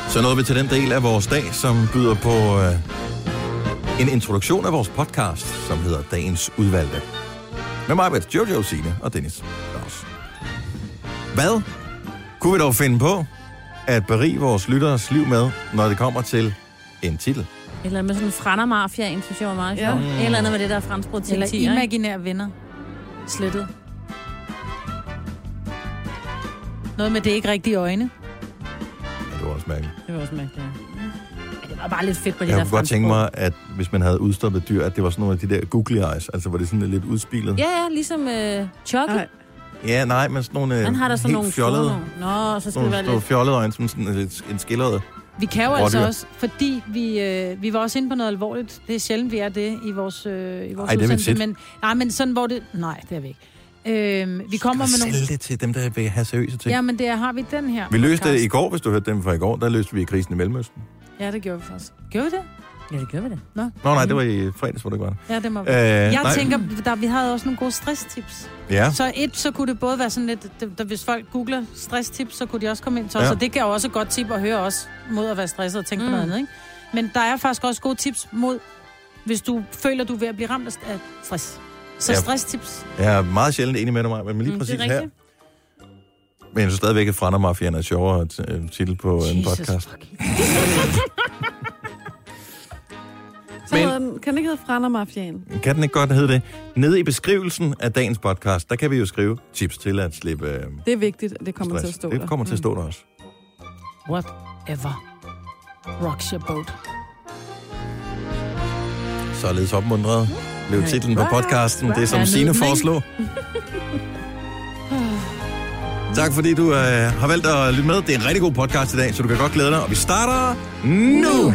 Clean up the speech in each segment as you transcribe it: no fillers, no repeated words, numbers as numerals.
Så nåede vi til den del af vores dag, som byder på en introduktion af vores podcast, som hedder Dagens Udvalgte. Med mig, Jojo, Signe og Dennis. Også. Hvad kunne vi dog finde på at berige vores lytteres liv med, når det kommer til en titel? Eller med sådan en Frana-mafiaen, synes jeg var meget sjovt. Et eller andet med det der franskbrød til eller 10, imaginære venner. Slettet. Noget med det ikke rigtige øjne. Ja, det var også mærkeligt. Det var også mærkeligt, ja. Men det var bare lidt fedt på det Jeg der kunne godt tænke franskbrød. mig, at hvis man havde udstoppet dyr, at det var sådan nogle af de der googly eyes, altså hvor det sådan lidt udspilet. Ja, ligesom Chucky. Ja, nej, men sådan nogle Han har der sådan helt nogle fjollede, Nå, så skal det være nogle lidt... fjollede øjne, som sådan en skilleret. Vi kan jo altså også, fordi vi var også inde på noget alvorligt. Det er sjældent, vi er det i vores udsendelse. Men sådan, hvor det... Nej, det er vi ikke. Vi kommer med nogle... Sælge det til dem, der vil have seriøse ting. Ja, men det har vi den her. Vi løste det i går, hvis du hørte dem fra i går. Der løste vi krisen i Mellemøsten. Ja, det gjorde vi faktisk. Gjorde vi det? Ja, det gør vi det. Nå, nej, det var i fredags, hvor det var. Ja, det må vi. Jeg tænker, vi havde også nogle gode stresstips. Ja. Så kunne det både være sådan lidt, hvis folk googler stresstips, så kunne de også komme ind til os. Så det kan jo også et godt tip at høre os mod at være stresset og tænke på noget andet, ikke? Men der er faktisk også gode tips mod, hvis du føler, du er ved at blive ramt af stress. Så stresstips. Jeg er meget sjældent enig med dig, men lige præcis her. Men jeg synes stadigvæk, at Frana-mafiaen er et sjovere titel på en podcast. Men, kan det ikke hedde Frana-mafiaen? Kan den ikke godt hedde det? Nede i beskrivelsen af dagens podcast, der kan vi jo skrive tips til at slippe det er vigtigt, at det kommer stress. til at stå der. Det kommer til at stå der også. Whatever rocks your boat. Således opmuntret blev titlen på podcasten. Det som Signe foreslog. Tak fordi du har valgt at lytte med. Det er en rigtig god podcast i dag, så du kan godt glæde dig. Og vi starter nu!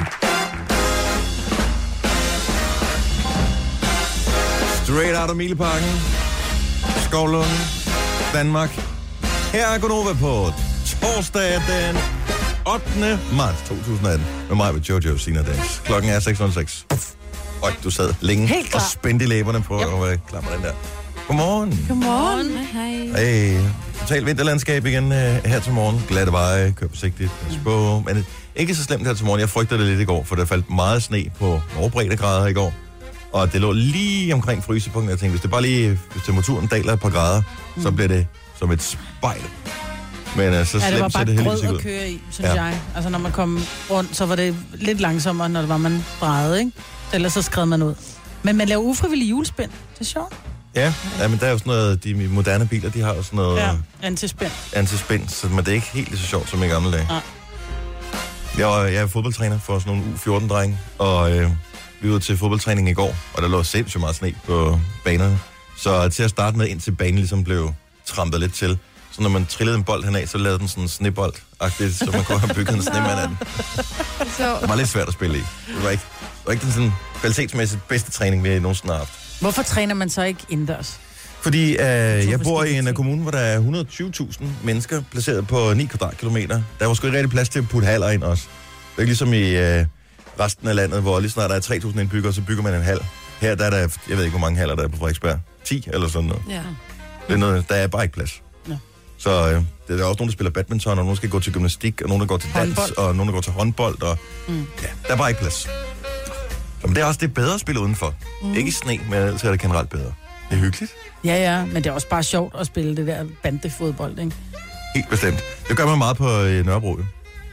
Straight out of Mileparken. Skovlund, Danmark. Her er Gunova på torsdag den 8. marts 2018. Med mig, med Jojo, Signe og Dennis. Klokken er 6.06. Og du sad længe og spændte i læberne på at være klar med den der. Godmorgen. Godmorgen. Hej. Hey, totalt vinterlandskab igen her til morgen. Glatte veje, kør forsigtigt, pas på. Men ikke så slemt her til morgen. Jeg frygtede det lidt i går, for der faldt meget sne på overbreddegrader i går. Og det lå lige omkring frysepunkten. Jeg tænkte, hvis temperaturen daler et par grader, så bliver det som et spejl. Men så det var bare det grød at køre i, synes jeg. Altså når man kom rundt, så var det lidt langsommere, når det var man drejede, ikke? Ellers så skred man ud. Men man laver ufrivillig julespind. Det er sjovt. Ja, men der er jo sådan noget, de moderne biler, de har jo sådan noget... Ja, antispind. Så men det er ikke helt så sjovt som i gamle dage. Nej. Jeg er fodboldtræner for sådan nogle U14-drenge, og vi var til fodboldtræning i går, og der lå sindssygt meget sne på banerne. Så til at starte med, indtil banen ligesom blev trampet lidt til, så når man trillede en bold henad, så lavede den sådan en snebold-agtigt, så man kunne have bygget en snemand af den. Det var lidt svært at spille i. Det var ikke den sådan kvalitetsmæssigt bedste træning, vi nogensinde har haft. Hvorfor træner man så ikke indendørs? Fordi jeg bor i en kommune, hvor der er 120.000 mennesker placeret på 9 kvadratkilometer. Der var sgu ikke rigtig plads til at putte haller ind også. Det er ikke ligesom i resten af landet, hvor lige snart der er 3.000 indbyggere, så bygger man en hal. Her der er der, jeg ved ikke, hvor mange haller der er på Frederiksberg. 10 eller sådan noget. Ja. Det er noget, der er bare ikke plads. Ja. Så det er også nogen, der spiller badminton, og nogen skal gå til gymnastik, og nogen, der går til dans, og nogen, der går til håndbold. Og, ja, der er bare ikke plads. Men det er også det bedre at spille udenfor. Ikke i sne, men ellers er det generelt bedre. Det er hyggeligt. Ja, men det er også bare sjovt at spille det der bandefodbold, ikke? Helt bestemt. Det gør man meget på Nørrebro, jo.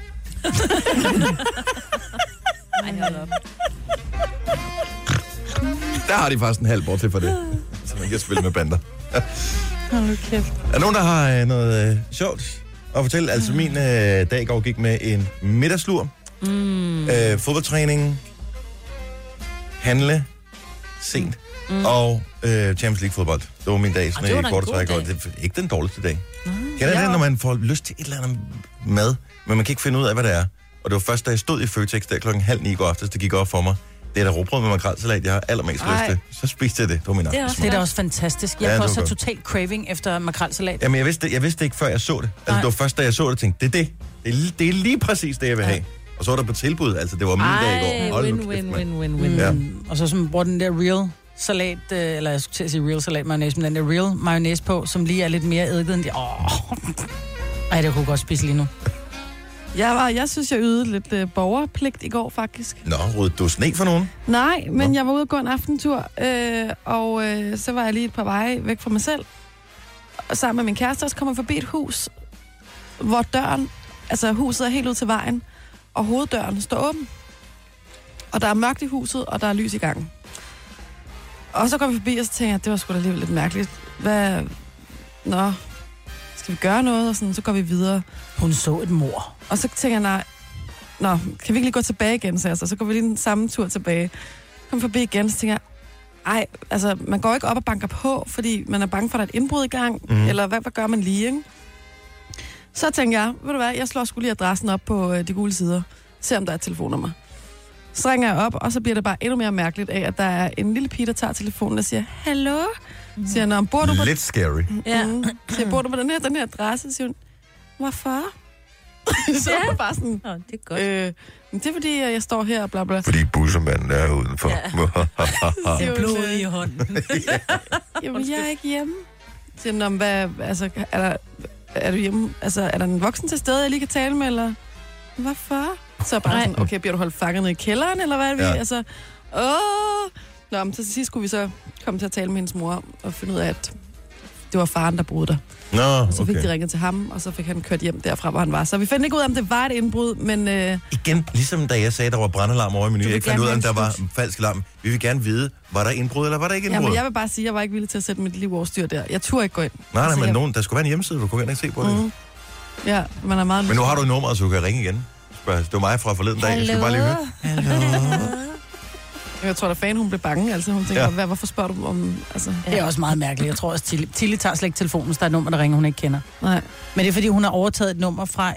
Der har de faktisk en halv bord til for det, så man kan spille med bander. Hold kæft. Er nogen, der har noget sjovt at fortælle? Altså min dag i går gik med en middagslur, fodboldtræning, handle sent og Champions League fodbold. Det var min dag, sådan i kort træk. Det er ikke den dårligste dag. Kender det, når man får lyst til et eller andet mad, men man kan ikke finde ud af, hvad det er? Og det var først, da jeg stod i Føtex der 8:30 i går aftes, det gik op for mig. Det er da råbrød med makrelsalat, jeg har allermest lyst til. Så spiste jeg det. Det var min aftensmad. Det er da også fantastisk. Jeg får også total craving efter makrelsalat. Jamen, jeg vidste ikke, før jeg så det. Altså, det var først, da jeg så det, tænkte, det er lige præcis det, jeg vil have. Og så var der på tilbud, altså det var min dag i går. Win. Ja. Og så som bruger den der real salat, eller jeg skulle til at sige real salat mayonnaise, men den der real mayonnaise på, som lige er lidt mere eddiket end de... Ej, det kunne godt spise lige nu. Jeg synes, jeg ydede lidt borgerpligt i går, faktisk. Nå, ryddede du sne for nogen? Nej, men jeg var ude og gå en aftentur, og så var jeg lige et par veje væk fra mig selv. Og sammen med min kæreste, så kom jeg forbi et hus, hvor døren, altså huset er helt ud til vejen, og hoveddøren står åben. Og der er mørkt i huset, og der er lys i gangen. Og så kom vi forbi, og så tænkte jeg, det var sgu da alligevel lidt mærkeligt. Nå, skal vi gøre noget? Og sådan, så går vi videre. Hun så et mor. Og så tænker jeg, kan vi ikke lige gå tilbage igen, så går vi lige den samme tur tilbage. Kom forbi igen, så tænker jeg, altså, man går ikke op og banker på, fordi man er bange for, at der er et indbrud i gang, eller hvad gør man lige, ikke? Så tænker jeg, ved du hvad, jeg slår sgu lige adressen op på de gule sider, se om der er et telefonnummer. Så ringer jeg op, og så bliver det bare endnu mere mærkeligt af, at der er en lille pige, der tager telefonen og siger, hallo? Siger han, bor du på... Lidt scary. Ja. Siger, bor du på den her adresse? Siger hun, hvorfor? Så er det bare sådan... det er godt. Det er fordi, jeg står her og bla bla. Fordi bussemanden er udenfor. Det er blod i hånden. Jamen, jeg er ikke hjemme. Siger hun, hvad... Altså, er du hjemme? Altså, er der en voksen til stede, jeg lige kan tale med, eller... Hvorfor? Så bare sådan, okay, bliver du holdt fanget ned i kælderen, eller hvad er det? Ja. Altså, Nå, men til sidst skulle vi så komme til at tale med hendes mor, og finde ud af, at det var faren, der boede der. Nå, og så fik de ringet til ham, og så fik han kørt hjem derfra, hvor han var. Så vi fandt ikke ud af, om det var et indbrud, men... Igen, ligesom da jeg sagde, der var brandalarm over i Meny, jeg ikke fandt ud af, om der var en falsk alarm. Vi vil gerne vide, var der indbrud, eller var der ikke indbrud? Ja, men jeg vil bare sige, at jeg var ikke villig til at sætte mit liv over styr der. Jeg turde ikke gå ind. Nej, men der skulle være en hjemmeside, du kunne ikke se på det. Ja, man er meget... Men nu har du nummeret, så du kan ringe igen. Det var mig fra forleden dag. Jeg skal bare lige høre. Hallo. Jeg tror, der fan, hun blev bange. Altså, hun tænker, hvorfor spørger du om... Altså, Det er også meget mærkeligt. Jeg tror også, Tilly tager slet ikke telefonen, hvis der er et nummer, der ringer, hun ikke kender. Nej. Men det er, fordi hun har overtaget et nummer fra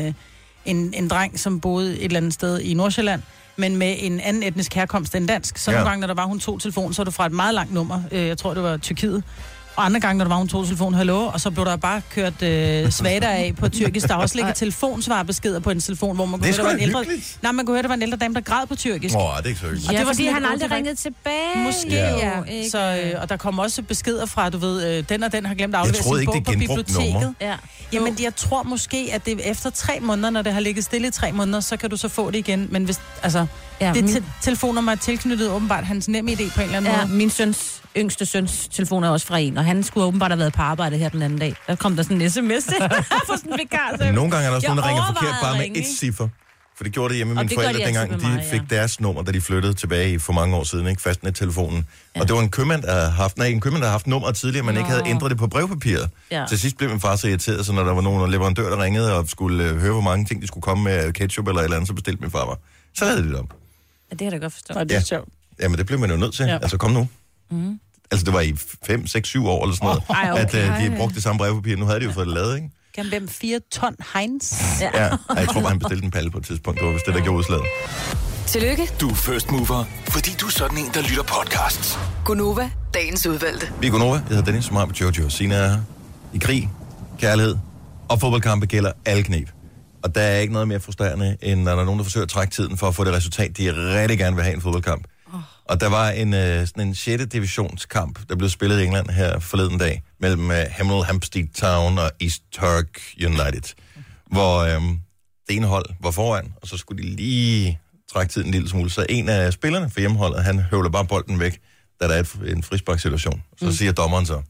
en dreng, som boede et eller andet sted i Nordsjælland, men med en anden etnisk herkomst end dansk. Så nogle gange, når der var hun tog telefonen, så var det fra et meget langt nummer. Jeg tror, det var Tyrkiet. Og andre gange, når der var hun tog telefonen, hallo, og så blev der bare kørt svater af på tyrkisk. Der også ligger telefonsvarbeskeder på en telefon, hvor man kunne høre, der var en ældre... Nej, man kunne høre, der var en ældre dame, der græd på tyrkisk. Det er ikke så hyggeligt. Og det var fordi, han aldrig aldrig ringede tilbage. Måske, Så, og der kom også beskeder fra, du ved, den og den har glemt at aflevere sin bog på biblioteket. Ja. Jamen, jeg tror måske, at det efter 3 måneder, når det har ligget stille i 3 måneder, så kan du så få det igen. Men hvis, altså, det telefonnummer er tilknyttet åbenbart hans NemID på en eller anden måde. Min yngste søns telefon er også fra en, og han skulle åbenbart have været på arbejde her den anden dag. Der kom der sådan en sms for sådan en vikar. Nogle gange er der også nogen, der ringer forkert bare med et ciffer. For det gjorde det hjemme med mine forældre, dengang de fik deres nummer, da de flyttede tilbage for mange år siden, ikke? Fastnettelefonen. Ja. Og det var en købmand, der havde haft nummeret tidligere, men ikke havde ændret det på brevpapiret. Ja. Til sidst blev min far så irriteret, så når der var nogle leverandører, der ringede og skulle høre, hvor mange ting de skulle komme med, ketchup eller et eller andet, så bestilte min far mig. Så lavede de det op. Ja, det har jeg da godt forstået. Og det er sjovt. Jamen, det blev man jo nødt til. Ja. Altså, kom nu. Mm. Altså, det var i 5, 6, 7 år eller sådan noget, at de brugte det samme brevpapir. Nu havde de jo fået det lavet, ikke? Kan hvem 4 ton Heinz? Ja, jeg tror bare, han bestilte en palle på et tidspunkt. Det var vist det, der gjorde udslaget. Tillykke. Du er first mover, fordi du er sådan en, der lytter podcasts. Gunova, dagens udvalgte. Vi er Gunova. Jeg hedder Dennis, som har på Jojo. Sina er her. I krig, kærlighed og fodboldkampe gælder alle knep. Og der er ikke noget mere frustrerende, end når der er nogen, der forsøger at trække tiden for at få det resultat, de rigtig gerne vil have i en fodboldkamp. Og der var sådan en 6. divisionskamp, der blev spillet i England her forleden dag, mellem Hemel Hempstead Town og East Turk United, hvor det ene hold var foran, og så skulle de lige trække tiden en lille smule. Så en af spillerne for hjemmeholdet, han høvler bare bolden væk, da der er en frisparkssituation. Så siger dommeren så,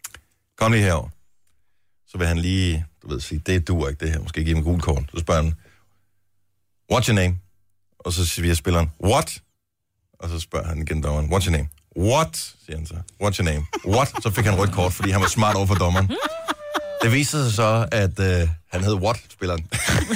kom lige herover. Så vil han lige, sige, det duer ikke det her, måske give ham gul kort. Så spørger han, what's your name? Og så siger spilleren, what? Og så spørger han igen dommeren, what's your name? What? Siger han så. What's your name? What? Så fik han rødt kort, fordi han var smart over for dommeren. Det viste sig så, at han hed What, spilleren.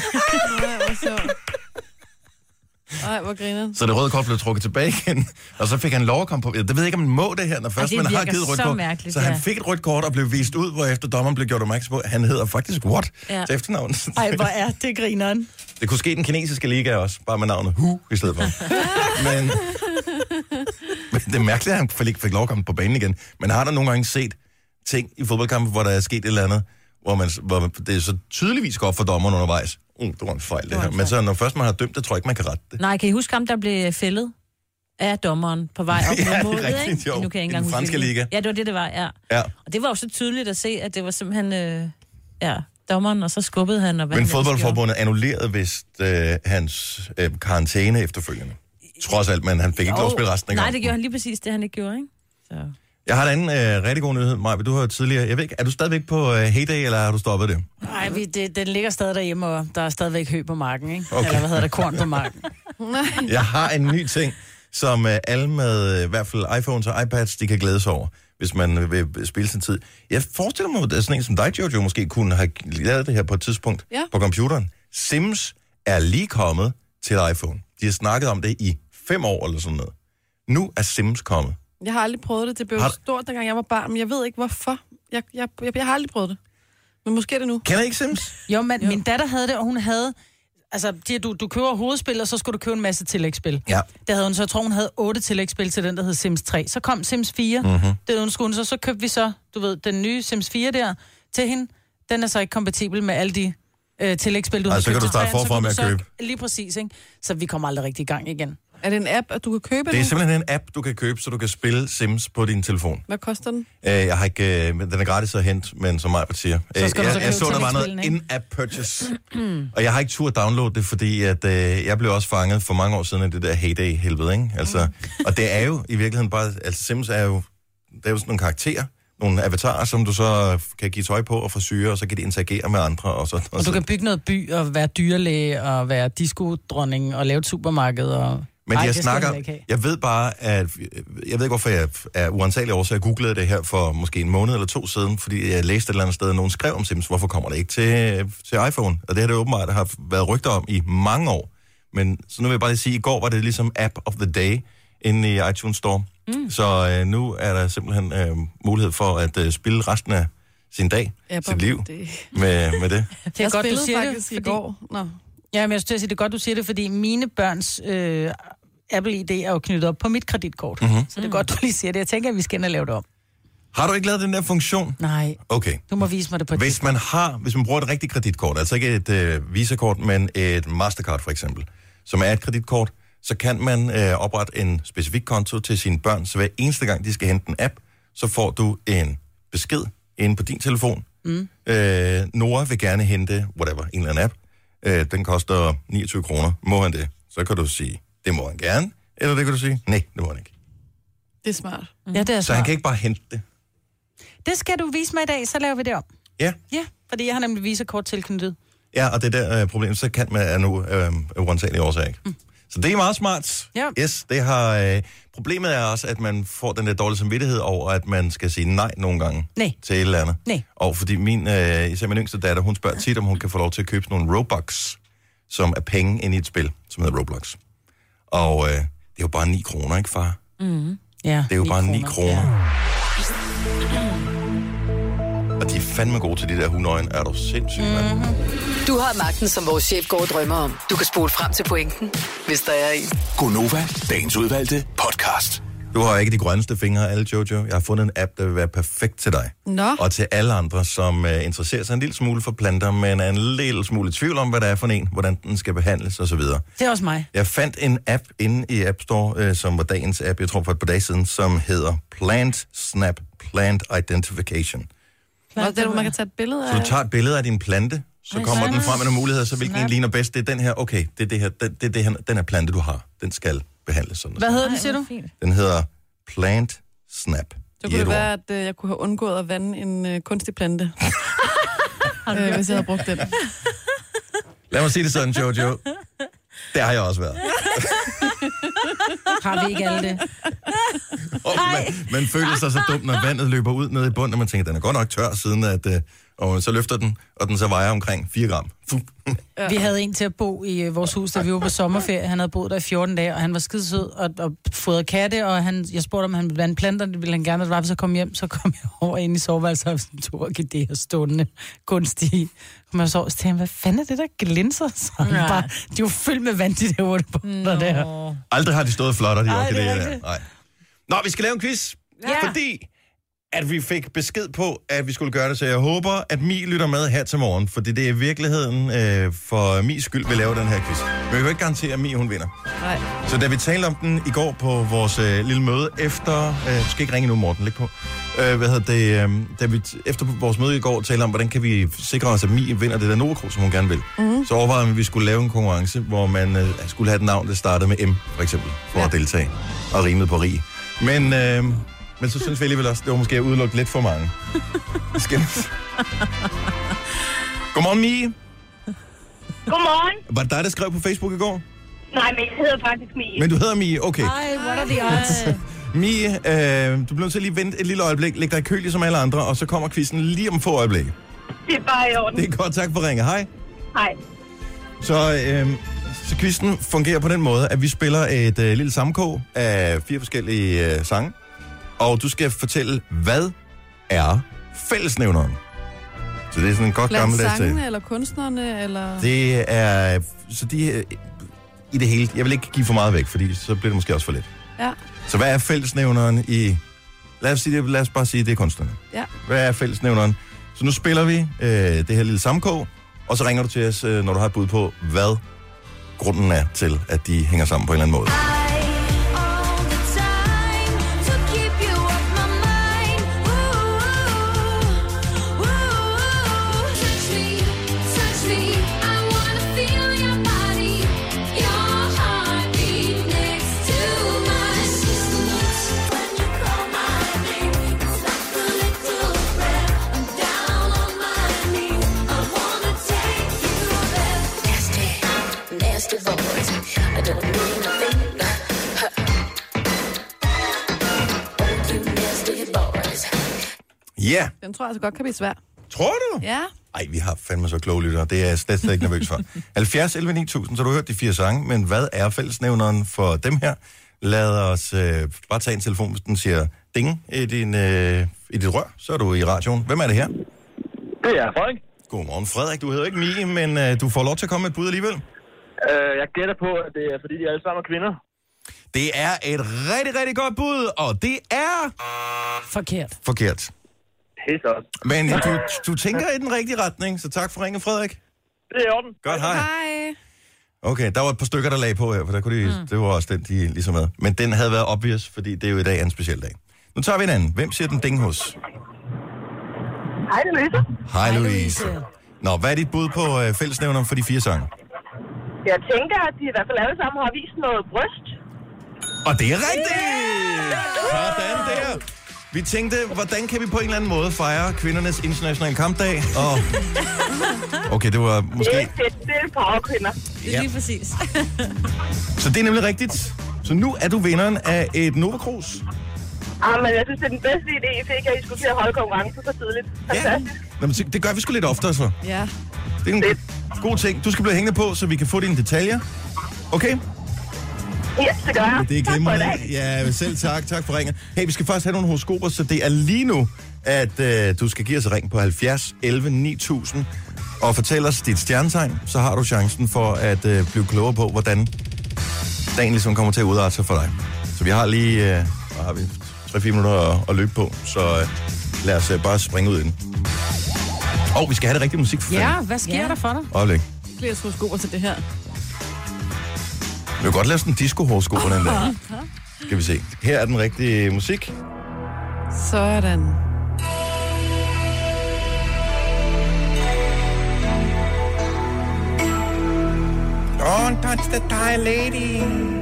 Ej, hvor griner. Så det røde kort blev trukket tilbage igen, og så fik han lov at komme på. Det ved jeg ikke, om man må det her, når først man har givet rødt kort. Så han fik et rødt kort og blev vist ud, hvorefter dommeren blev gjort opmærksom på, han hedder faktisk What til efternavn. Ej, hvor er det grineren. Det kunne ske den kinesiske liga også, bare med navnet Hu i stedet for. Men det er mærkeligt, at han ikke fik lov at komme på banen igen. Men har der nogle gange set ting i fodboldkampe, hvor der er sket et eller andet, hvor det er så tydeligvis godt for dommeren undervejs. Det var en fejl, det her. Men så når først man har dømt det, tror jeg ikke, man kan rette det. Nej, kan I huske ham, der blev fældet af dommeren på vej op mod målet, ikke? Rigtigt, jo. Nu kan jeg ikke engang huske det. Ja, det var det, det var, ja. Og det var jo så tydeligt at se, at det var simpelthen, dommeren, og så skubbede han. Og Men fodboldforbundet annullerede vist hans karantæne efterfølgende. Trods alt, men han fik ikke lov at spille resten af gangen. Nej, det gjorde han lige præcis det, han ikke gjorde, ikke? Så. Jeg har en anden rigtig god nyhed, Maja. Du har jo tidligere... Jeg ved ikke, er du stadigvæk på Heyday, eller har du stoppet det? Nej, den ligger stadig derhjemme, og der er stadigvæk hø på marken, ikke? Okay. Eller hvad hedder det, korn på marken. Jeg har en ny ting, som alle med i hvert fald iPhones og iPads, de kan glæde sig over, hvis man vil spille sin tid. Jeg forestiller mig, at der er sådan en som dig, Jojo, måske kunne have lavet det her på et tidspunkt på computeren. Sims er lige kommet til iPhone. De har snakket om det i 5 år eller sådan noget. Nu er Sims kommet. Jeg har aldrig prøvet det. Det blev stort, dengang jeg var barn, men jeg ved ikke, hvorfor. Jeg har aldrig prøvet det. Men måske er det nu. Kender I ikke Sims? Jo, men min datter havde det, og hun havde... Altså, du køber hovedspil, og så skulle du købe en masse tillægsspil. Ja. Det havde hun så. Jeg tror, hun havde 8 tillægsspil til den, der hed Sims 3. Så kom Sims 4. Det ønskede hun så købte vi så, du ved, den nye Sims 4 der til hende. Den er så ikke kompatibel med alle de tillægsspil, du har købt. Så kan du starte forfra med at købe. Lige præcis, ikke? Så vi kommer aldrig rigtig i gang igen. Er det en app, at du kan købe Det er simpelthen en app, du kan købe, så du kan spille Sims på din telefon. Hvad koster den? Jeg har ikke... den er gratis at hente, men som Majbert siger. Så skal du så jeg så, der var noget tillægsspillene, in-app purchase. Og jeg har ikke tur at downloade det, fordi at, jeg blev også fanget for mange år siden af det der Heyday-helvede, ikke? Altså, og det er jo i virkeligheden bare... Altså, Sims er jo... Det er jo sådan nogle karakterer, nogle avatarer, som du så kan give tøj på og frisyre, og så kan de interagere med andre. Og du kan bygge noget by og være dyrlæge og være disco-dronning og lave et supermarked og... Men jeg ved bare, at jeg ved ikke, hvorfor jeg er uansagelig over, så jeg googlede det her for måske en måned eller 2 siden, fordi jeg læste et eller andet sted, at nogen skrev om Sims, hvorfor kommer det ikke til iPhone? Og det her det åbenbart, der har været rygter om i mange år. Men så nu vil jeg bare lige sige, at i går var det ligesom App of the Day inde i iTunes Store. Så nu er der simpelthen mulighed for at spille resten af sin dag, sit liv med det. Det er godt, du siger faktisk det, i går. Nå. Ja, men jeg synes, det er godt, du siger det, fordi mine børns Apple-ID er jo knyttet op på mit kreditkort. Så det er godt, du lige siger det. Jeg tænker, at vi skal ind og lave det om. Har du ikke lavet den der funktion? Nej. Okay. Du må vise mig det på et Hvis man bruger et rigtigt kreditkort, altså ikke et Visa-kort, men et Mastercard for eksempel, som er et kreditkort, så kan man oprette en specifik konto til sine børn, så hver eneste gang, de skal hente en app, så får du en besked inde på din telefon. Nora vil gerne hente, whatever, en eller anden app. Den koster 29 kroner. Må han det? Så kan du sige, det må han gerne. Eller det kan du sige, nej, det må han ikke. Det er smart. Ja, det er Så han kan ikke bare hente det. Det skal du vise mig i dag, så laver vi det om. Ja. Ja, fordi jeg har nemlig Visa-kort tilknyttet. Ja, og det der problem, så kan man nu uansagelig årsag ikke. Så det er meget smart. Ja. Yes, det har... problemet er også, at man får den der dårlige samvittighed over, at man skal sige nej nogle gange til et eller andet. Nej. Og fordi især min yngste datter, hun spørger tit, om hun kan få lov til at købe nogle Robux, som er penge ind i et spil, som hedder Roblox. Og det er jo bare 9 kroner, ikke far? Ja, det er jo bare 9 kroner. Ja. Og de er fandme gode til de der hundeøjne. Er du sindssyg, mand? Du har magten, som vores chef går og drømmer om. Du kan spole frem til pointen, hvis der er en. Gonova, dagens udvalgte podcast. Du har ikke de grønneste fingre, alle Jojo. Jeg har fundet en app, der vil være perfekt til dig. Nå. Og til alle andre, som interesserer sig en lille smule for planter, men er en lille smule i tvivl om, hvad det er for en, hvordan den skal behandles osv. Det er også mig. Jeg fandt en app inde i App Store, som var dagens app, jeg tror for et par dage siden, som hedder Plant Snap Plant Identification. Og det er, hvor man kan tage et billede af. Så du tager et billede af din plante, så kommer den frem med nogle muligheder, så hvilken en ligner bedst. Det er den her, okay, det er det her, det her, den her plante, du har. Den skal behandles sådan. Hvad hedder den, siger du? Den hedder Plant Snap. Så kunne det være, at jeg kunne have undgået at vande en kunstig plante, hvis jeg havde brugt den. Lad mig sige det sådan, Jojo. Det har jeg også været. Har vi ikke alle det? Man føler sig så dumt, når vandet løber ud ned i bunden, og man tænker, den er godt nok tør, siden at... Og så løfter den, og den så vejer omkring 4 gram. Vi havde en til at bo i vores hus, da vi var på sommerferie. Han havde boet der i 14 dage, og han var skidesød og fodrede katte, og jeg spurgte, om han ville vande planter. Det ville han gerne, at det var, så kom hjem. Så kom jeg over ind i soveværelset og sådan 2 orkideer stående kunstige. Kom jeg så og tænkte, hvad fanden er det, der glinser? Så bare, de er jo fyldt med vand, de der 8 punkter der. Aldrig har de stået flottere, de Ej, orkideer det er der. Nej. Nå, vi skal lave en quiz, fordi at vi fik besked på, at vi skulle gøre det, så jeg håber, at Mi lytter med her til morgen, for det er i virkeligheden for Mis skyld, vi laver den her quiz. Men vi kan ikke garantere, at Mi hun vinder. Nej. Så da vi talte om den i går på vores lille møde efter... du skal ikke ringe nu, Morten, læg på. Da vi efter vores møde i går talte om, hvordan kan vi sikre os, at Mi vinder det der Novakro, som hun gerne vil. Så overvejede vi, at vi skulle lave en konkurrence, hvor man skulle have et navn, der startede med M, for eksempel, for at deltage. Og rimede på rig. Men så synes vi alligevel også, det var måske at udelukke lidt for mange. Godmorgen, Mie. Godmorgen. Var det dig, der skrev på Facebook i går? Nej, men jeg hedder faktisk Mie. Men du hedder Mie, okay. Ej, what are the odds? Mie, du bliver nødt til at lige vente et lille øjeblik. Læg dig i kø som alle andre, og så kommer quizzen lige om få øjeblikke. Det er bare i orden. Det er godt, tak for ringe. Hej. Hej. Så quizzen fungerer på den måde, at vi spiller et lille sammenkog af 4 forskellige sange. Og du skal fortælle, hvad er fællesnævneren? Så det er sådan en godt gammel Blandt sangene, eller kunstnerne, eller... Det er... Så de i det hele... Jeg vil ikke give for meget væk, fordi så bliver det måske også for lidt. Ja. Så hvad er fællesnævneren i... Lad os bare sige, det er kunstnerne. Ja. Hvad er fællesnævneren? Så nu spiller vi det her lille sammenkog, og så ringer du til os, når du har et bud på, hvad grunden er til, at de hænger sammen på en eller anden måde. Ja. Den tror jeg altså godt kan blive svær. Tror du? Ja. Ej, vi har fandme så kloge lyttere. Det er jeg slet ikke nervøs for. 70 11 9000, så du har hørt de 4 sange, men hvad er fællesnævneren for dem her? Lad os bare tage en telefon, hvis den siger ding i dit rør, så er du i radioen. Hvem er det her? Det er Frederik. Godmorgen, Frederik. Du hedder ikke Mie, men du får lov til at komme med et bud alligevel. Jeg gætter på, at det er, fordi de alle sammen er kvinder. Det er et rigtig, rigtig godt bud, og det er... Forkert. Helt også. Men du tænker i den rigtige retning, så tak for ringen, Frederik. Det er i orden. Godt, hej. Hej. Okay, der var et par stykker, der lagde på her, for der kunne det var også den, de ligesom havde. Men den havde været obvious, fordi det er jo i dag en speciel dag. Nu tager vi en anden. Hvem siger den ding hos? Hej, Louise. Hej, Louise. Nå, hvad er dit bud på fællesnævneren for de 4 sange? Jeg tænker, at de i hvert fald alle sammen har vist noget bryst. Og det er rigtigt! Sådan der. Vi tænkte, hvordan kan vi på en eller anden måde fejre kvindernes internationale kampdag? Og... Okay, det var måske... Det er fedt. Det er powerkvinder. Det er lige præcis. Så det er nemlig rigtigt. Så nu er du vinderen af et Nova Cruz. Men jeg synes, det er den bedste idé, I fik, at I skulle til at holde konkurrence så tidligt. Fantastisk. Nå, men det gør vi sgu lidt oftere, så. Ja. Det er en god ting. Du skal blive hængende på, så vi kan få dine detaljer. Okay? Ja, det gør jeg. Det er Tak for i glimrende. dag. Ja, selv tak. Tak for ringen. Hey, vi skal først have nogle horoskoper, så det er lige nu, at du skal give os et ring på 70 11 9000 og fortælle os dit stjernetegn. Så har du chancen for at blive klogere på, hvordan dagen ligesom kommer til at udarte sig for dig. Så vi har lige hvad har vi 3-4 minutter at løbe på, så lad os bare springe ud i den. Vi skal have det rigtige musik for fanden. Ja, hvad sker der for dig? Øjeblik. Flere horoskoper til det her. Vi vil godt lave sådan en disco-horoskop den der. Skal vi se. Her er den rigtige musik. Sådan. Don't touch the Thai lady.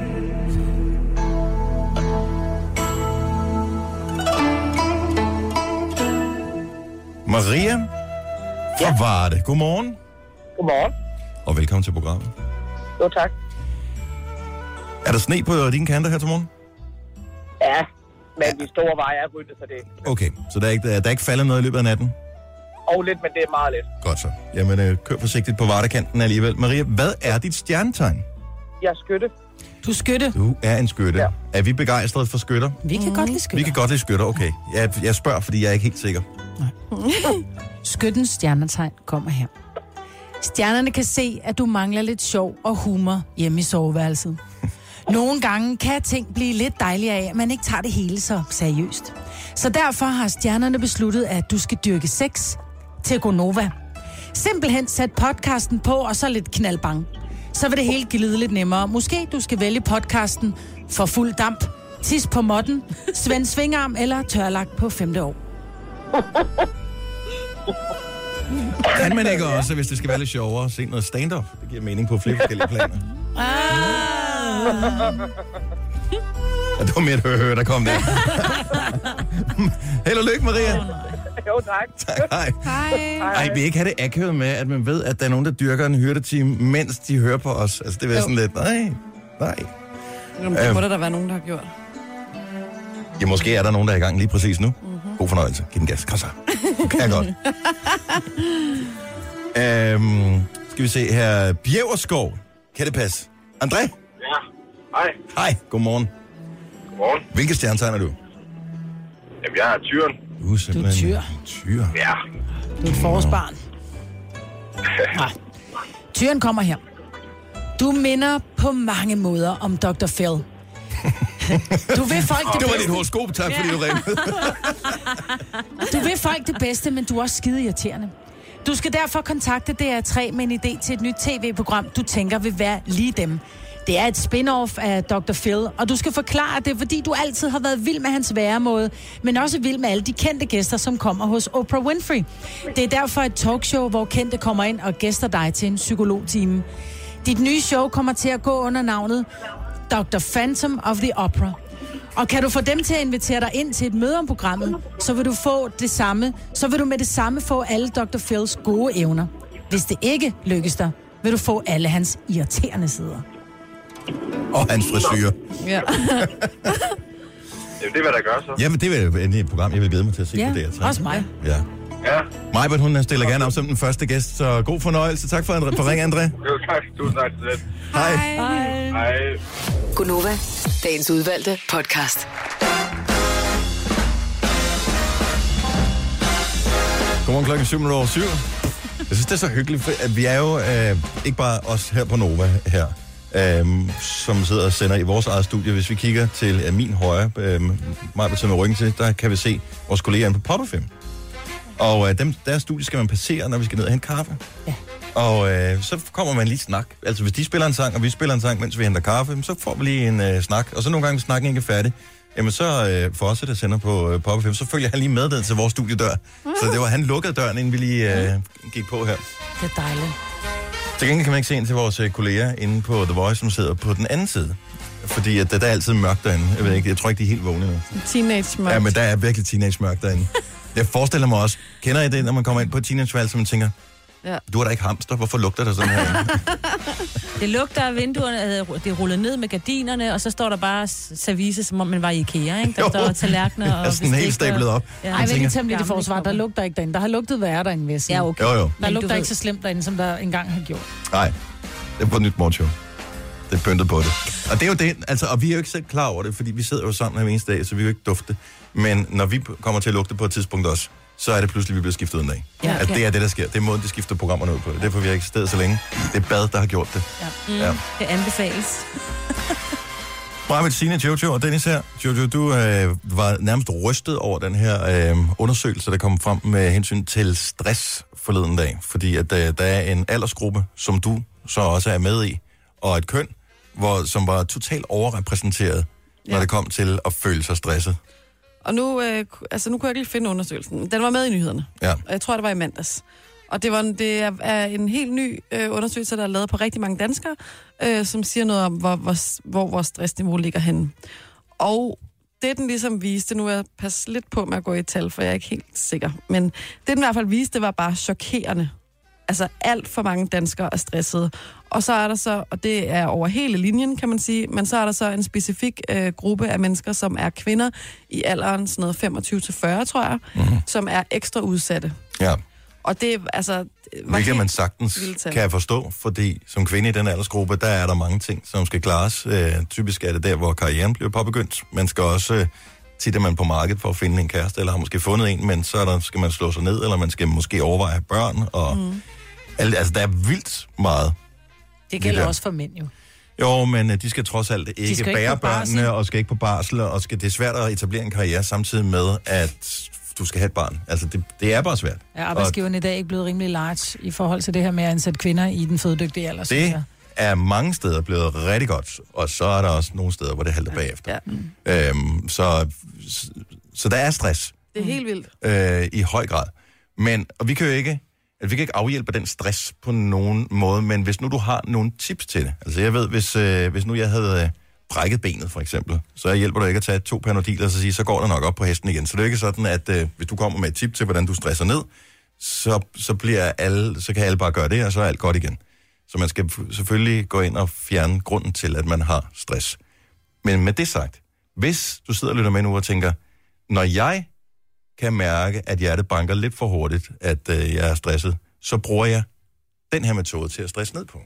Maria fra Varde. Godmorgen. Godmorgen. Og velkommen til programmet. Jo, tak. Er der sne på dine kanter her til morgen? Ja, men de store veje er ryddet, så det... Okay, så der er ikke faldet noget i løbet af natten? Og lidt, men det er meget lidt. Godt så. Jamen, kør forsigtigt på Vardekanten alligevel. Maria, hvad er dit stjernetegn? Jeg er skytte. Du er skytte. Du er en skytte. Ja. Er vi begejstrede for skytter? Vi kan godt lide skytter. Vi kan godt lide skytter, okay. Jeg spørger, fordi jeg er ikke helt sikker. Skyttens stjernetegn kommer her. Stjernerne kan se, at du mangler lidt sjov og humor hjemme i soveværelset. Nogle gange kan ting blive lidt dejligere af, at man ikke tager det hele så seriøst. Så derfor har stjernerne besluttet, at du skal dyrke sex til Gonova. Simpelthen sæt podcasten på, og så lidt knaldbang. Så vil det hele glide lidt nemmere. Måske du skal vælge podcasten For Fuld Damp, Tis på Modden, Svend Svingarm eller Tørlagt på 5. år. Kan man ikke også, hvis det skal være lidt sjovere, se noget stand-up? Det giver mening på flere forskellige planer. Ja, det var mere et høre, der kom der. Held og lykke, Maria. Jo, tak. Tak, hej. Ej, vi ikke have det akavet med, at man ved, at der er nogen, der dyrker en hyrdeteam, mens de hører på os. Altså, det vil sådan lidt, nej. Jamen, det må der være nogen, der har gjort. Ja, måske er der nogen, der er i gang lige præcis nu. Mm-hmm. God fornøjelse. Giv den gas. Krasser. Du kan godt. Skal vi se her. Bjæverskov. Kan det passe? André? Ja. Hej. Hej. Godmorgen. Godmorgen. Hvilke stjernetegn er du? Jamen, jeg er tyren. Du er simpelthen tyr. Tyr. Ja. Du er et forårsbarn. Nej. Tyren kommer her. Du minder på mange måder om Dr. Phil. Du vil folk det Det var bedste. dit horoskop, tak fordi du ringede. Du vil folk det bedste, men du er også skide irriterende. Du skal derfor kontakte DR3 med en idé til et nyt tv-program, du tænker vil være lige dem. Det er et spin-off af Dr. Phil, og du skal forklare det, fordi du altid har været vild med hans væremåde, men også vild med alle de kendte gæster, som kommer hos Oprah Winfrey. Det er derfor et talkshow, hvor kendte kommer ind og gæster dig til en psykologtime. Dit nye show kommer til at gå under navnet Dr. Phantom of the Opera. Og kan du få dem til at invitere dig ind til et møde om programmet, så vil du få det samme, så vil du med det samme få alle Dr. Phils gode evner. Hvis det ikke lykkes dig, vil du få alle hans irriterende sider. Og hans frisyrer. Ja. Jamen, det er, hvad der gør så. Jamen, det er endelig et program, jeg vil glæde mig til at se Ja, på DR3. også mig. Ja. Ja. Majbert, hun stiller gerne op som den første gæst, så god fornøjelse. Tak for ring, André. Jo, tak. Tusind tak til det. Hej. Hej. Gonova, dagens udvalgte podcast. Godmorgen klokken 7:07. Jeg synes, det er så hyggeligt, for at vi er jo ikke bare os her på Nova her, som sidder og sender i vores eget studie. Hvis vi kigger til min højre, Majbert som er ryggen til, der kan vi se vores kolleger på Pop FM. Og deres studie skal man passere, når vi skal ned og hente kaffe. Ja. Og så kommer man lige snak. Altså hvis de spiller en sang, og vi spiller en sang, mens vi henter kaffe, så får vi lige en snak. Og så nogle gange, hvis snakken ikke er færdig, jamen så for os, der sender på Pop FM, så følger han lige med til vores studiedør. Så det var, han lukkede døren, inden vi lige gik på her. det er dejligt. Til gengæld kan man ikke se ind til vores kolleger inde på The Voice, som sidder på den anden side. Fordi at der er altid mørkt derinde. Jeg tror ikke, de er helt vågne nu. Teenage mørkt. Ja, men der er virkelig teenage mørkt derinde. Jeg forestiller mig også, kender I det, når man kommer ind på et teenageværelse, så man tænker, Ja. du er da ikke hamster, hvorfor lugter der sådan her? Det lugter af vinduerne, det er rullet ned med gardinerne, og så står der bare service, som om man var i IKEA, ikke? Der Jo. står tallerkener og Jeg er sådan helt stablet op. Ja. Ej, vel tænker- lige tage lidt i Gamle forsvar. Der kopper. lugter ikke derinde. Der har lugtet værre derinde, vil jeg sige. Ja, okay. Jo. Der Men lugter du ikke ved- så slemt derinde, som der engang har gjort. Nej, det er på et nyt morgenshow. Det er pyntet på det. Og det er jo det, altså, og vi er jo ikke selv klar over det, fordi vi sidder jo sammen hver eneste dag, så vi er jo ikke dufte. Men når vi kommer til at lugte på et tidspunkt også, så er det pludselig, vi bliver skiftet ud en dag. Ja. At det er det, der sker. Det er måden, de skifter programmerne ud på. Det er derfor, vi har eksisteret så længe. Det er bad, der har gjort det. Ja. Det anbefales. Bra med Signe, Jojo og Dennis her. Jojo, du var nærmest rystet over den her undersøgelse, der kom frem med hensyn til stress forleden dag. Fordi at der er en aldersgruppe, som du så også er med i, og et køn, som var totalt overrepræsenteret, når det kom til at føle sig stresset. Og nu kunne jeg ikke lige finde undersøgelsen. Den var med i nyhederne. Ja. Og jeg tror, det var i mandags. Og det er en helt ny undersøgelse, der er lavet på rigtig mange danskere, som siger noget om, hvor vores stressniveau ligger henne. Og det, den ligesom viste, nu er jeg passe lidt på med at gå i tal, for jeg er ikke helt sikker. Men det, den i hvert fald viste, var bare chokerende. Altså alt for mange danskere er stressede. Og så er der så, og det er over hele linjen, kan man sige, men så er der så en specifik gruppe af mennesker, som er kvinder i alderen sådan noget 25-40, tror jeg, som er ekstra udsatte. Ja. Og det altså... Hvilket man sagtens kan jeg forstå, fordi som kvinde i den aldersgruppe, der er der mange ting, som skal klares. Typisk er det der, hvor karrieren bliver påbegyndt. Man skal også tit er man på markedet for at finde en kæreste, eller har måske fundet en, men så skal man slå sig ned, eller man skal måske overveje børn, og altså der er vildt meget. Det gælder også for mænd jo. Jo, men de skal trods alt ikke bære børnene, og skal ikke på barsel, og det er svært at etablere en karriere samtidig med, at du skal have et barn. Altså, det er bare svært. Ja, arbejdsgiverne i dag er ikke blevet rimelig large i forhold til det her med at ansætte kvinder i den fødedygtige alder. Det er mange steder blevet rigtig godt, og så er der også nogle steder, hvor det halter bagefter. Ja. Så der er stress. Det er helt vildt. I høj grad. Og vi kan ikke afhjælpe den stress på nogen måde, men hvis nu du har nogle tips til det. Altså jeg ved, hvis nu jeg havde brækket benet for eksempel, så hjælper du ikke at tage 2 Panodil og så sige, så går det nok op på hesten igen. Så det er ikke sådan, at hvis du kommer med et tip til, hvordan du stresser ned, så kan alle bare gøre det, og så er alt godt igen. Så man skal selvfølgelig gå ind og fjerne grunden til, at man har stress. Men med det sagt, hvis du sidder og lytter med nu og tænker, når jeg kan mærke, at hjertet banker lidt for hurtigt, at jeg er stresset, så bruger jeg den her metode til at stresse ned på.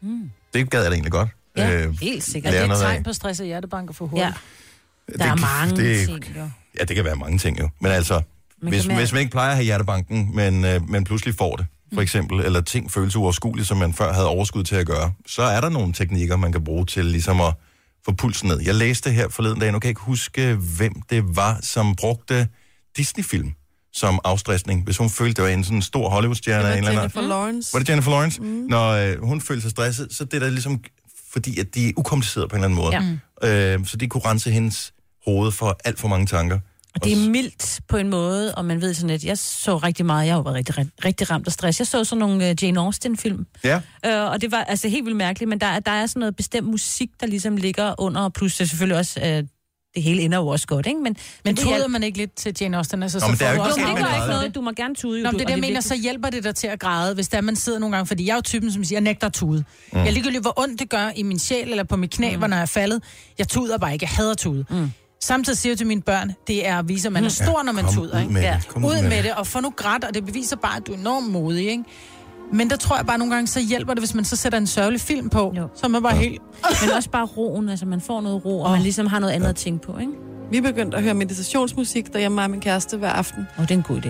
Det gad jeg da egentlig godt. Ja, helt sikkert. Er det et tegn på stress, at hjertet banker for hurtigt? Ja. Der er mange ting, jo. Ja, det kan være mange ting, jo. Men altså, hvis man ikke plejer at have hjertebanken, men pludselig får det, for eksempel, eller ting føles uoverskueligt, som man før havde overskud til at gøre, så er der nogle teknikker, man kan bruge til ligesom at få pulsen ned. Jeg læste her forleden dag, nu kan jeg ikke huske, hvem det var, som brugte Disney-film som afstressning. Hvis hun følte, det var en sådan stor Hollywood-stjerne. Det var Jennifer Lawrence. Var det Jennifer Lawrence? Når hun følte sig stresset, så det er ligesom, fordi at de er ukomplicerede på en eller anden måde. Så de kunne rense hendes hoved for alt for mange tanker. Og det er mildt på en måde, og man ved sådan lidt, jeg så rigtig meget, jeg har jo været rigtig ramt af stress. Jeg så sådan nogle Jane Austen-film, og det var altså helt vildt mærkeligt, men der er sådan noget bestemt musik, der ligesom ligger under, plus det selvfølgelig også, det hele ender jo også godt, ikke? Men tuder man ikke lidt til Jane Austen? Altså, men det er jo det gør ikke noget, du må gerne tude. Nå, det er det, jeg mener, så hjælper det dig til at græde, hvis der man sidder nogle gange, fordi jeg er jo typen, som siger, jeg nægter at tude. Jeg ligegyldigt, hvor ondt det gør i min sjæl, eller på mit knæ, når jeg er faldet. Jeg tuder bare ikke, jeg hader tude. Samtidig siger jeg til mine børn, det er at vise, at man er stor, når man tuder. Ud med det, og få nu grædt, og det beviser bare, at du er enormt modig, ikke? Men der tror jeg bare nogle gange, så hjælper det, hvis man så sætter en sørgelig film på, så er man bare helt... Men også bare roen, altså man får noget ro, og man ligesom har noget andet at tænke på, ikke? Vi er begyndt at høre meditationsmusik derhjemme med min kæreste hver aften. Og det er en god idé.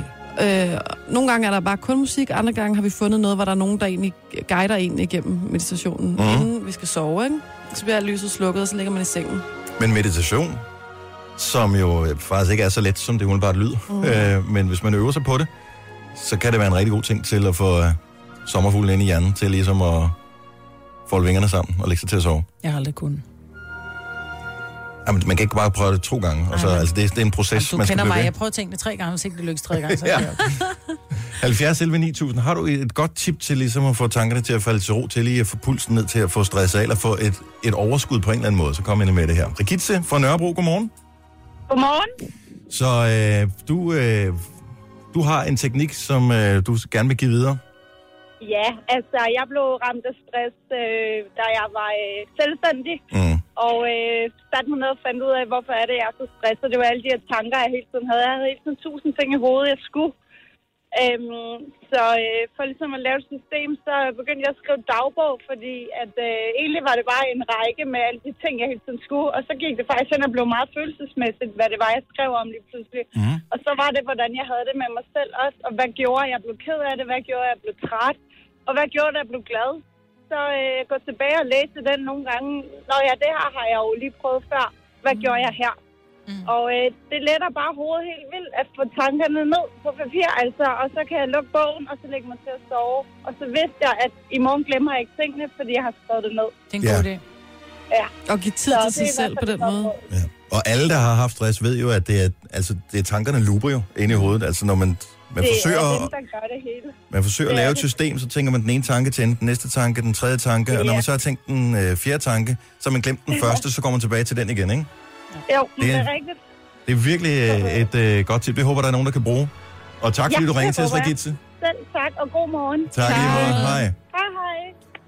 Nogle gange er der bare kun musik, andre gange har vi fundet noget, hvor der er nogen, der egentlig guider en igennem meditationen, inden vi skal sove, ikke? Så bliver lyset slukket, og så ligger man i sengen. Men meditation, som jo faktisk ikke er så let, som det umiddelbart lyder, men hvis man øver sig på det, så kan det være en rigtig god ting til at få sommerfuglen ind i hjernen, til ligesom at folde vingerne sammen og lægge sig til at sove. Jeg har aldrig kunnet. Jamen, man kan ikke bare prøve det 2 gange. Og så, altså, det er en proces, man skal mig, jeg prøver at tænke det 3 gange, hvis ikke det lykkes 3 gange. Så ja. 70 11 9000. Har du et godt tip til ligesom at få tankerne til at falde til ro, til lige at få pulsen ned, til at få stress af, eller få et overskud på en eller anden måde, så kom ind med det her. Brigitte fra Nørrebro, godmorgen. Godmorgen. Så du har en teknik, som du gerne vil give videre. Ja, altså jeg blev ramt af stress, da jeg var selvstændig. Og satte mig ned og fandt ud af, hvorfor er det, jeg er så stresset. Det var alle de her tanker, jeg hele tiden havde. Jeg havde hele tiden 1000 ting i hovedet, jeg skulle. Så for ligesom at lave et system, så begyndte jeg at skrive dagbog, fordi at egentlig var det bare en række med alle de ting, jeg hele tiden skulle. Og så gik det faktisk hen og blev meget følelsesmæssigt, hvad det var, jeg skrev om lige pludselig. Og så var det, hvordan jeg havde det med mig selv også. Og hvad gjorde jeg blev ked af det? Hvad gjorde jeg blev træt? Og hvad gjorde jeg blev glad? Så gå tilbage og læse den nogle gange. Nå ja, det her har jeg jo lige prøvet før. Hvad gjorde jeg her? Og det letter bare hovedet helt vildt at få tankerne ned på papir, altså. Og så kan jeg lukke bogen, og så lægge mig til at sove. Og så vidste jeg, at i morgen glemmer jeg ikke tingene, fordi jeg har skrevet det ned. Det er en god idé. Ja. Og give tid til sig selv på den måde. Ja. Og alle, der har haft stress, ved jo, at det er tankerne looper jo inde i hovedet. Altså når man forsøger, man forsøger at lave et system, så tænker man den ene tanke til den næste tanke, den tredje tanke, og når man så har tænkt den fjerde tanke, så har man glemt den første, så går man tilbage til den igen, ikke? Jo, det er rigtigt. Det er virkelig et godt tip. Det håber, der er nogen, der kan bruge. Og tak, fordi du ringede til os, Brigitte. Selv tak, og god morgen. Tak i morgen. Hej. Hej.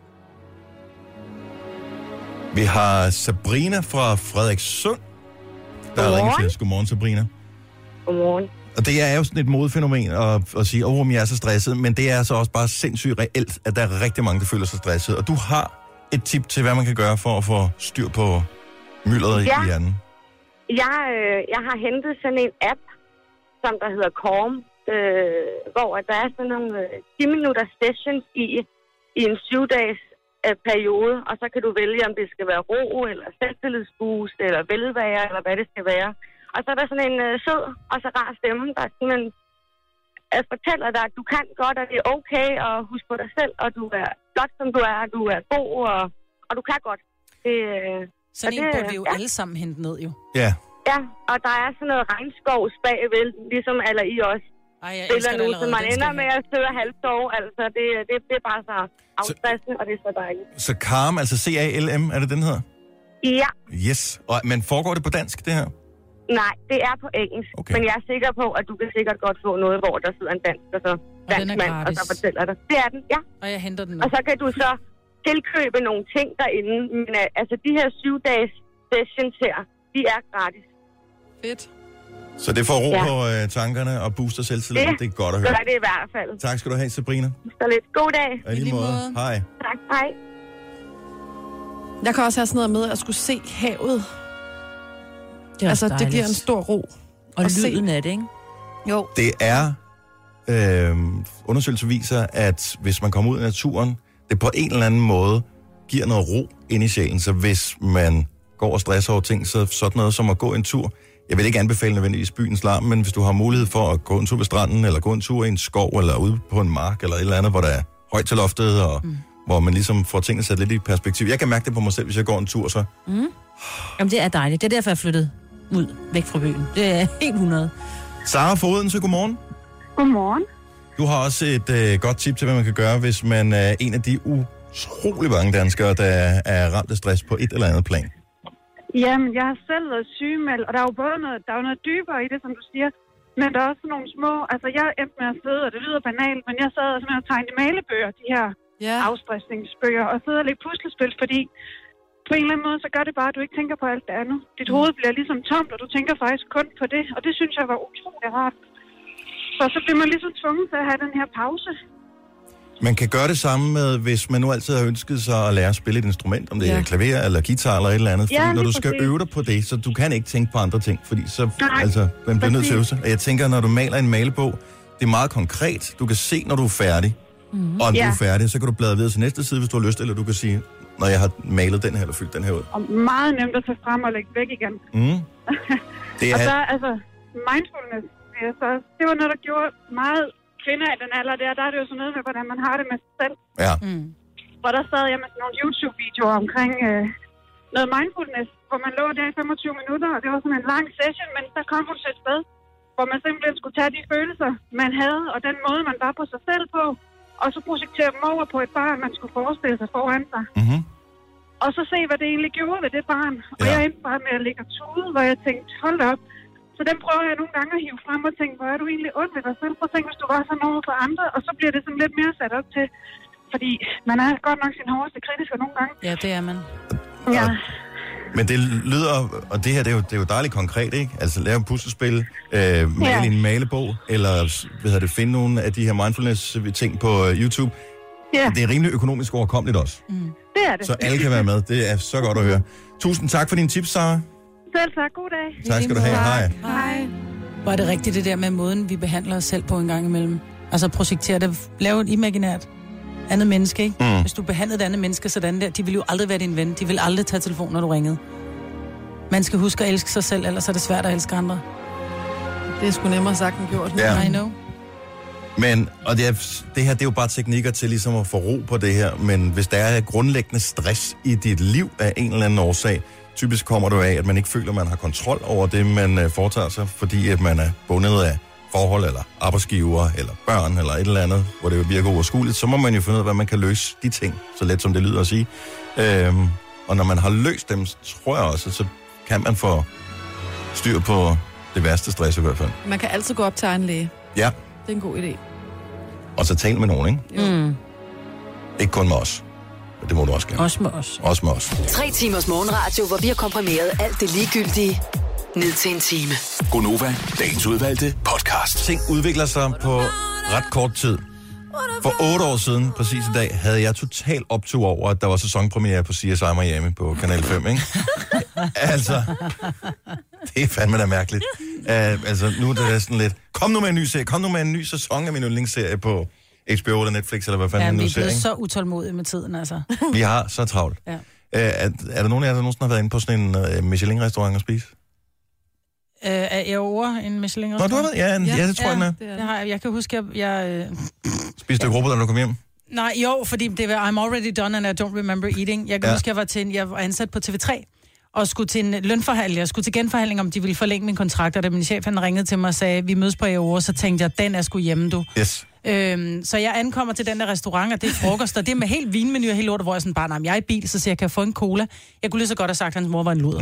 Vi har Sabrina fra Frederikssund, der har ringet til os. Godmorgen, Sabrina. Godmorgen. Og det er jo sådan et modefænomen at sige, om jeg er så stresset, men det er så også bare sindssygt reelt, at der er rigtig mange, der føler sig stresset. Og du har et tip til, hvad man kan gøre for at få styr på myldret i hjernen. Jeg har hentet sådan en app, som der hedder Calm, hvor der er sådan nogle 10 minutter sessions i en 7-dages periode, og så kan du vælge, om det skal være ro, eller selvtillidsboost, eller velvære, eller hvad det skal være. Og så er der sådan en sød og så rar stemme, der simpelthen fortæller dig, at du kan godt, og det er okay, og husk på dig selv, og du er flot, som du er, du er god, og du kan godt. Sådan en burde vi jo alle sammen hente ned, jo. Ja. Ja, og der er sådan noget regnskovs bagved, ligesom alle I også spiller nu, så man ender med at søge halvsove. Altså, det er bare så afstressende, og det er så dejligt. Så Calm, altså CALM, er det den hedder? Ja. Yes. Men foregår det på dansk, det her? Nej, det er på engelsk. Okay. Men jeg er sikker på, at du kan sikkert godt få noget, hvor der sidder en dansk, og så dansk mand, og så fortæller dig. Det er den, ja. Og jeg henter den. Og så kan du så tilkøbe nogle ting derinde. Men altså, de her 7-dages sessions her, de er gratis. Fedt. Så det får ro på tankerne og booster selvtilliden. Det er godt at høre. Det er det i hvert fald. Tak skal du have, Sabrina. Så lidt. God dag. Og i lige måde. Hej. Tak, hej. Jeg kan også have sådan noget med at skulle se havet. Det altså, det giver en stor ro. Og lyden af det, ikke? Jo. Det er... undersøgelser viser, at hvis man kommer ud i naturen, det på en eller anden måde giver noget ro ind i sjælen. Så hvis man går og stresser over ting, så sådan noget som at gå en tur. Jeg vil ikke anbefale nødvendigvis byens larm, men hvis du har mulighed for at gå en tur ved stranden, eller gå en tur i en skov, eller ude på en mark, eller et eller andet, hvor der er højt til loftet, og hvor man ligesom får tingene sat lidt i perspektiv. Jeg kan mærke det på mig selv, hvis jeg går en tur, så... Jamen, det er dejligt. Det er derfor, jeg flyttede ud, væk fra byen. Det er helt 100. Sara Foden, så godmorgen. Godmorgen. Du har også et godt tip til, hvad man kan gøre, hvis man er en af de utrolig mange danskere, der er ramt af stress på et eller andet plan. Jamen, jeg har selv været sygemeldt, og der er jo både noget dybere i det, som du siger, men der er også nogle små... Altså, jeg endte med at sidde, og det lyder banalt, men jeg sad simpelthen og tegnede malebøger, de her afstressningsbøger, og sidder og lægge puslespil, fordi på en eller anden måde, så gør det bare, at du ikke tænker på alt det andet. Dit hoved bliver ligesom tomt, og du tænker faktisk kun på det, og det synes jeg var utrolig rart. Så bliver man ligesom tvunget til at have den her pause. Man kan gøre det samme med, hvis man nu altid har ønsket sig at lære at spille et instrument, om det er klaver eller guitar eller et eller andet. Fordi når du skal øve dig på det, så du kan ikke tænke på andre ting, fordi så man bliver nødt til at øve sig. Og jeg tænker, når du maler en malebog, det er meget konkret. Du kan se, når du er færdig. Og når du er færdig, så kan du bladre videre til næste side, hvis du har lyst, eller du kan sige, når jeg har malet den her eller fyldt den her ud. Og meget nemt at tage frem og lægge væk igen. Det er... Og så, altså, mindfulness, så det var noget, der gjorde meget kvinder i den alder der er det jo sådan noget med, hvordan man har det med sig selv. Ja. Hvor der sad jeg med sådan nogle YouTube-videoer omkring noget mindfulness, hvor man lå der i 25 minutter, og det var sådan en lang session, men der kom hun til et sted, hvor man simpelthen skulle tage de følelser, man havde, og den måde, man var på sig selv på, og så projektere dem over på et barn, man skulle forestille sig foran sig. Og så se, hvad det egentlig gjorde ved det barn. Og jeg endte bare med at ligge og tude, hvor jeg tænkte, hold op. Så den prøver jeg nogle gange at hive frem og tænke, hvor er du egentlig ondt ved dig selv? Prøv at tænke, hvis du var sådan over for andre, og så bliver det sådan lidt mere sat op til, fordi man er godt nok sin hårdeste kritiker nogle gange. Ja, det er man. Ja. Men det lyder, og det her, det er jo dejligt konkret, ikke? Altså lave et puslespil, male en malebog, eller finde nogle af de her mindfulness-ting på YouTube. Ja. Det er rimelig økonomisk overkommeligt også. Det er det. Så alle kan være med. Det er så godt at høre. Tusind tak for din tips, Sara. Selv tak. God dag. Tak skal du have. Hej. Hej. Hvor er det rigtigt, det der med måden, vi behandler os selv på en gang imellem? Altså projektere det, lave et imaginært andet menneske, ikke? Hvis du behandlede et andet menneske sådan der, de ville jo aldrig være din ven. De ville aldrig tage telefonen, når du ringede. Man skal huske at elske sig selv, ellers er det svært at elske andre. Det er sgu nemmere sagt end gjort. Ja. I know. Men, og det her, det er jo bare teknikker til ligesom at få ro på det her, men hvis der er grundlæggende stress i dit liv af en eller anden årsag, typisk kommer det af, at man ikke føler, at man har kontrol over det, man foretager sig, fordi at man er bundet af forhold, eller arbejdsgiver, eller børn, eller et eller andet, hvor det virker uoverskueligt, så må man jo finde ud af, hvad man kan løse de ting, så let som det lyder at sige. Og når man har løst dem, tror jeg også, så kan man få styr på det værste stress i hvert fald. Man kan altid gå op til egen læge. Ja. Det er en god idé. Og så tale med nogen, ikke? Ikke kun med os. Det må du også gerne. Også med os. Også med os. 3 timers morgenradio, hvor vi har komprimeret alt det ligegyldige ned til en time. Gonova, dagens udvalgte podcast. Ting udvikler sig på ret kort tid. For 8 år siden, præcis i dag, havde jeg total optur over, at der var sæsonpremiere på CSI Miami på Kanal 5, ikke? Altså, det er fandme da mærkeligt. Altså, nu er det sådan lidt, kom nu med en ny serie, kom nu med en ny sæson af min yndlingsserie på HBO eller Netflix, eller hvad fanden man nu ser, vi er ikke? så utålmodige med tiden, altså. Vi har så travlt. Ja. Er der nogen af jer, der nogensinde har været inde på sådan en Michelin-restaurant og spise? Er jeg over en Michelin-restaurant? Nå, du har været? Ja, det tror jeg, det har jeg. Jeg kan huske, jeg spiste du ikke da du kom hjem? Nej, jo, fordi det var I'm already done, and I don't remember eating. Jeg kan huske, jeg var ansat på TV3, og skulle til en lønforhandling. Jeg skulle til genforhandling, om de ville forlænge min kontrakt, og da min chef han ringede til mig og sagde, vi mødes på år, så tænkte jeg, den er sgu hjemme, du. Yes. Så jeg ankommer til den der restaurant, og det er frokost, og det er med helt vinmenu og helt lort, hvor jeg sådan bare, jeg er i bil, så siger jeg, kan jeg få en cola? Jeg kunne lige så godt have sagt, at hans mor var en luder.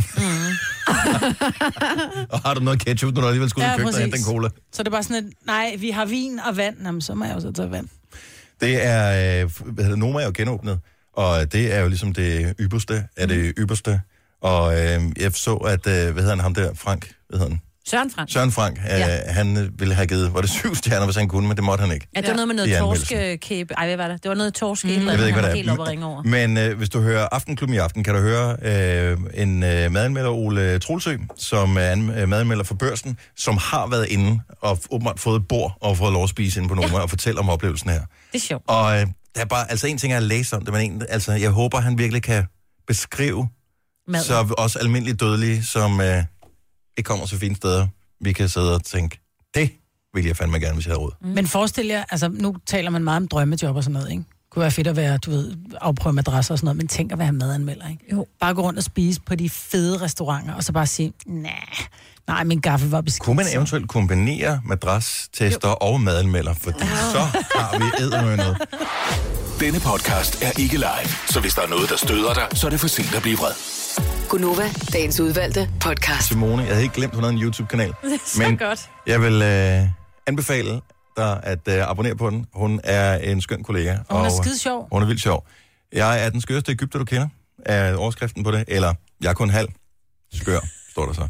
Og har du noget ketchup, når du alligevel skulle i køkkenet og hente en cola? Så det er bare sådan, nej, vi har vin og vand. Jamen, så må jeg jo så tage vand. Det er, Noma er jo genåbnet, og det er jo ligesom det ypperste af det ypperste. Og jeg så, at, hvad hedder han, ham der, Frank, hvad hedder han? Søren Frank, han ville have givet, var det 7 stjerner, hvis han kunne, men det måtte han ikke. Ja, det var noget med noget torskekæbe. Ej, hvad var det? Det var noget torske, jeg ved ikke, hvad det er. Helt op at ringe over. Men hvis du hører Aftenklubben i aften, kan du høre en madanmelder, Ole Troelsø, som er en madanmelder for Børsen, som har været inde og åbenbart fået et bord og fået lov at spise inde på Noma og fortælle om oplevelsen her. Det er sjovt. Og der er bare, altså en ting er at læse om det, men jeg håber, han virkelig kan beskrive så også almindelige dødelige, som ikke kommer så fine steder, vi kan sidde og tænke, det vil jeg fandme gerne, hvis jeg havde råd. Men forestil jer, altså nu taler man meget om drømmejob og sådan noget, ikke? Kunne være fedt at være, du ved, afprøve madrasser og sådan noget, men tænk at være madanmelder, ikke? Jo. Bare gå rundt og spise på de fede restauranter, og så bare sige, nej, min gaffel var beskidt. Kunne man eventuelt kombinere madrastester og madanmelder, fordi så har vi eddermøg noget. Denne podcast er ikke live, så hvis der er noget, der støder dig, så er det for sent at blive vred. Gunova, dagens udvalgte podcast. Simone, jeg havde ikke glemt, hun havde en YouTube-kanal. Så godt. Jeg vil anbefale dig at abonnere på den. Hun er en skøn kollega. Og hun er skide sjov. Hun er vildt sjov. Jeg er den skørste egypter, du kender, er overskriften på det. Eller, jeg er kun halv. Skør, står der så.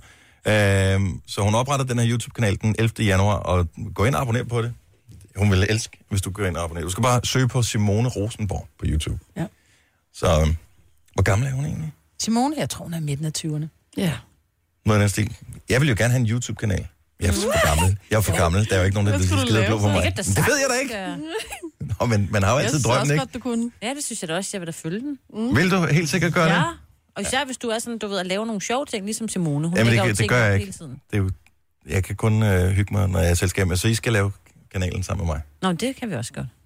Så hun opretter den her YouTube-kanal den 11. januar, og gå ind og abonner på det. Hun vil elske, hvis du går ind og abonnerer. Du skal bare søge på Simone Rosenborg på YouTube. Ja. Så, hvor gammel er hun egentlig? Simone, jeg tror, hun er midten af 20'erne. Ja. Noget af den stil. Jeg vil jo gerne have en YouTube-kanal. Jeg er for gammel. Jeg er for gammel. Der er jo ikke nogen, der vil skide blå på mig. Det ved jeg da ikke. Nå, men man har jo altid drømmen, ikke? Godt, du kunne. Ja, det synes jeg da også. Jeg vil da følge den. Vil du helt sikkert gøre det? Ja. Og især hvis du er sådan, du ved, at lave nogle sjove ting, ligesom Simone. Hun det gør jeg ikke. Det er jo, jeg kan kun hygge mig, når jeg er selskab med. Så I skal lave kanalen sammen med mig. Nå, det kan vi også godt.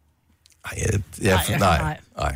Nej.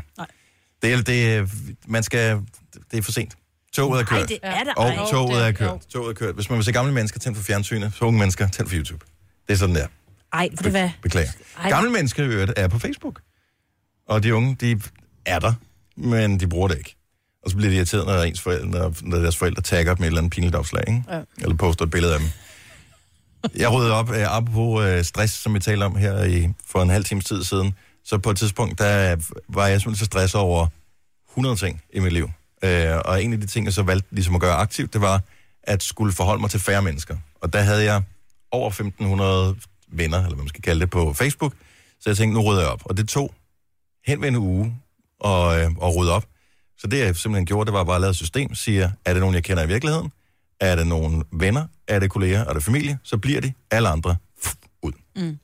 Det er for sent. Toget er kørt. Nej, det er der. Og toget er kørt. Hvis man vil se gamle mennesker, tænd for fjernsynet. Så unge mennesker, tænd for YouTube. Det er sådan der. Ej, ved du hvad? Beklager. Gamle mennesker er på Facebook. Og de unge, de er der, men de bruger det ikke. Og så bliver de irriteret, når deres forældre tagger dem et eller andet pinligt opslag, ikke? Ja. Eller poster et billede af dem. Jeg rydde op, apropos stress, som vi talte om her for en halv times tid siden. Så på et tidspunkt, der var jeg simpelthen så stresset over 100 ting i mit liv. Og en af de ting, jeg så valgte ligesom at gøre aktivt, det var at skulle forholde mig til færre mennesker. Og der havde jeg over 1.500 venner, eller hvad man skal kalde det, på Facebook. Så jeg tænkte, nu rydder jeg op. Og det tog hen ved en uge at rydde op. Så det jeg simpelthen gjorde, det var bare at lave et system, siger, er det nogen, jeg kender i virkeligheden? Er det nogle venner? Er det kolleger? Er det familie? Så bliver de alle andre ud. Mm.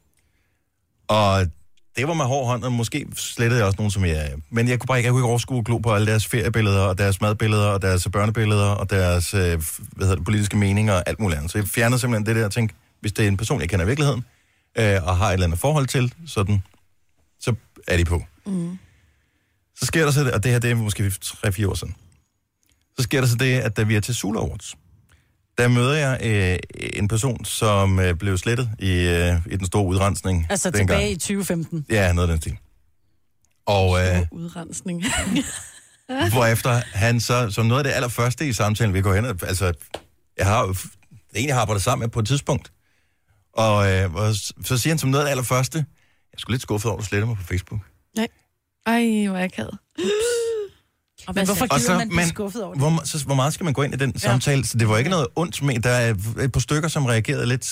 Og det var med hård hånd, og måske slettede jeg også nogen, som jeg... Men jeg kunne ikke overskue og glo på alle deres feriebilleder, og deres madbilleder, og deres børnebilleder, og deres politiske meninger, og alt muligt andet. Så jeg fjernede simpelthen det der og tænkte, hvis det er en person, jeg kender i virkeligheden, og har et eller andet forhold til, sådan, så er de på. Mm. Så sker der så det, og det her det er måske 3-4 år siden. Så sker der så det, at da vi er til Sula Awards, der møder jeg en person, som blev slettet i den store udrensning. Altså tilbage i 2015? Ja, noget af den stil. Og udrensning. hvorefter han så, som noget af det allerførste i samtalen, vi går hen, altså, jeg har egentlig arbejdet sammen med på et tidspunkt, og så siger han som noget af det allerførste, jeg er sgu lidt skuffet over, at du sletter mig på Facebook. Nej. Ej, hvor jeg ked. Men hvorfor gider man blive skuffet over det? Hvor meget skal man gå ind i den samtale? Så det var ikke noget ondt med. Der er et par stykker, som reagerede lidt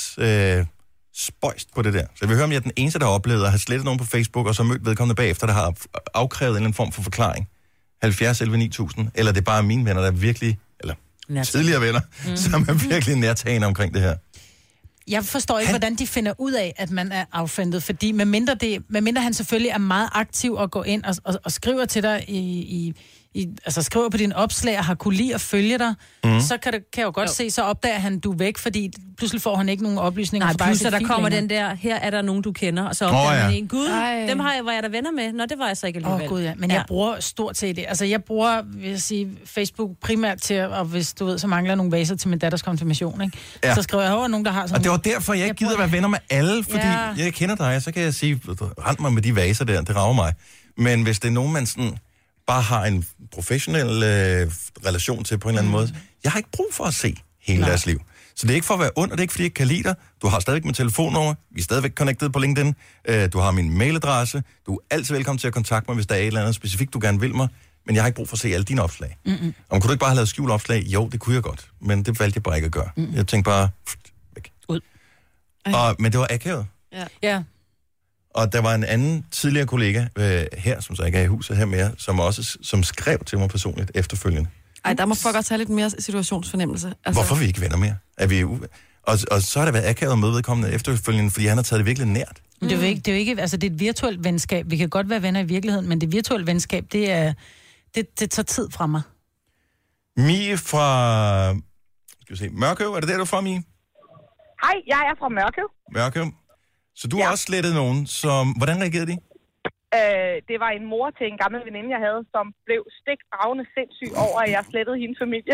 spøjst på det der. Så jeg vil høre, om jeg er den eneste, der har oplevet at have slettet nogen på Facebook, og så mødt vedkommende bagefter, der har afkrævet en eller anden form for forklaring. 70 11 9000. Eller det er bare mine venner, der er virkelig, eller tidligere venner, som er virkelig nærtagende omkring det her. Jeg forstår ikke, hvordan de finder ud af, at man er affriendet, fordi medmindre han selvfølgelig er meget aktiv og går ind og skriver til dig altså skriver på din opslag og har kunne lide at følge dig, så kan jeg jo godt se, så opdager han, du er væk, fordi pludselig får han ikke nogen oplysninger. Nej, pludselig der kommer den der, her er der nogen, du kender, og så opdager han en, gud, dem var jeg der venner med. Nå, det var jeg så ikke alligevel. Gud, ja. Men jeg bruger stort set det. Altså, jeg bruger, vil jeg sige, Facebook primært til, og hvis du ved, så mangler nogle vaser til min datters konfirmation, ikke? Ja. Så skriver jeg over nogen, der har sådan. Og det var derfor, jeg ikke gider at være venner med alle, fordi jeg kender dig, så kan jeg sige, rend mig med de vaser der, det rager mig. Men hvis det er nogen, man sådan bare har en professionel relation til på en eller anden måde. Jeg har ikke brug for at se hele deres liv. Så det er ikke for at være ond, og det er ikke fordi, jeg ikke kan lide dig. Du har stadigvæk min telefonnummer. Vi er stadigvæk connected på LinkedIn. Du har min mailadresse. Du er altid velkommen til at kontakte mig, hvis der er et eller andet specifikt, du gerne vil mig. Men jeg har ikke brug for at se alle dine opslag. Om kunne du ikke bare have lavet skjult opslag? Jo, det kunne jeg godt. Men det valgte jeg bare ikke at gøre. Jeg tænkte bare, væk. Ud. Men det var akavet. Ja. Og der var en anden tidligere kollega her, som så ikke er i huset her mere, som skrev til mig personligt efterfølgende. Ej, der må folk også have lidt mere situationsfornemmelse. Altså... Hvorfor er vi ikke venner mere? Og så har der været akavet at møde vedkommende efterfølgende, fordi han har taget det virkelig nært. Det er jo ikke, altså det er et virtuelt venskab. Vi kan godt være venner i virkeligheden, men det virtuelle venskab, det tager tid fra mig. Mie fra... Skal vi se, Mørkøv, er det der, du er fra, Mie? Hej, jeg er fra Mørkøv. Mørkøv. Så du har også slettet nogen, som... Hvordan reagerede de? Det var en mor til en gammel veninde, jeg havde, som blev stikravende sindssyg over, at jeg slettede hendes familie.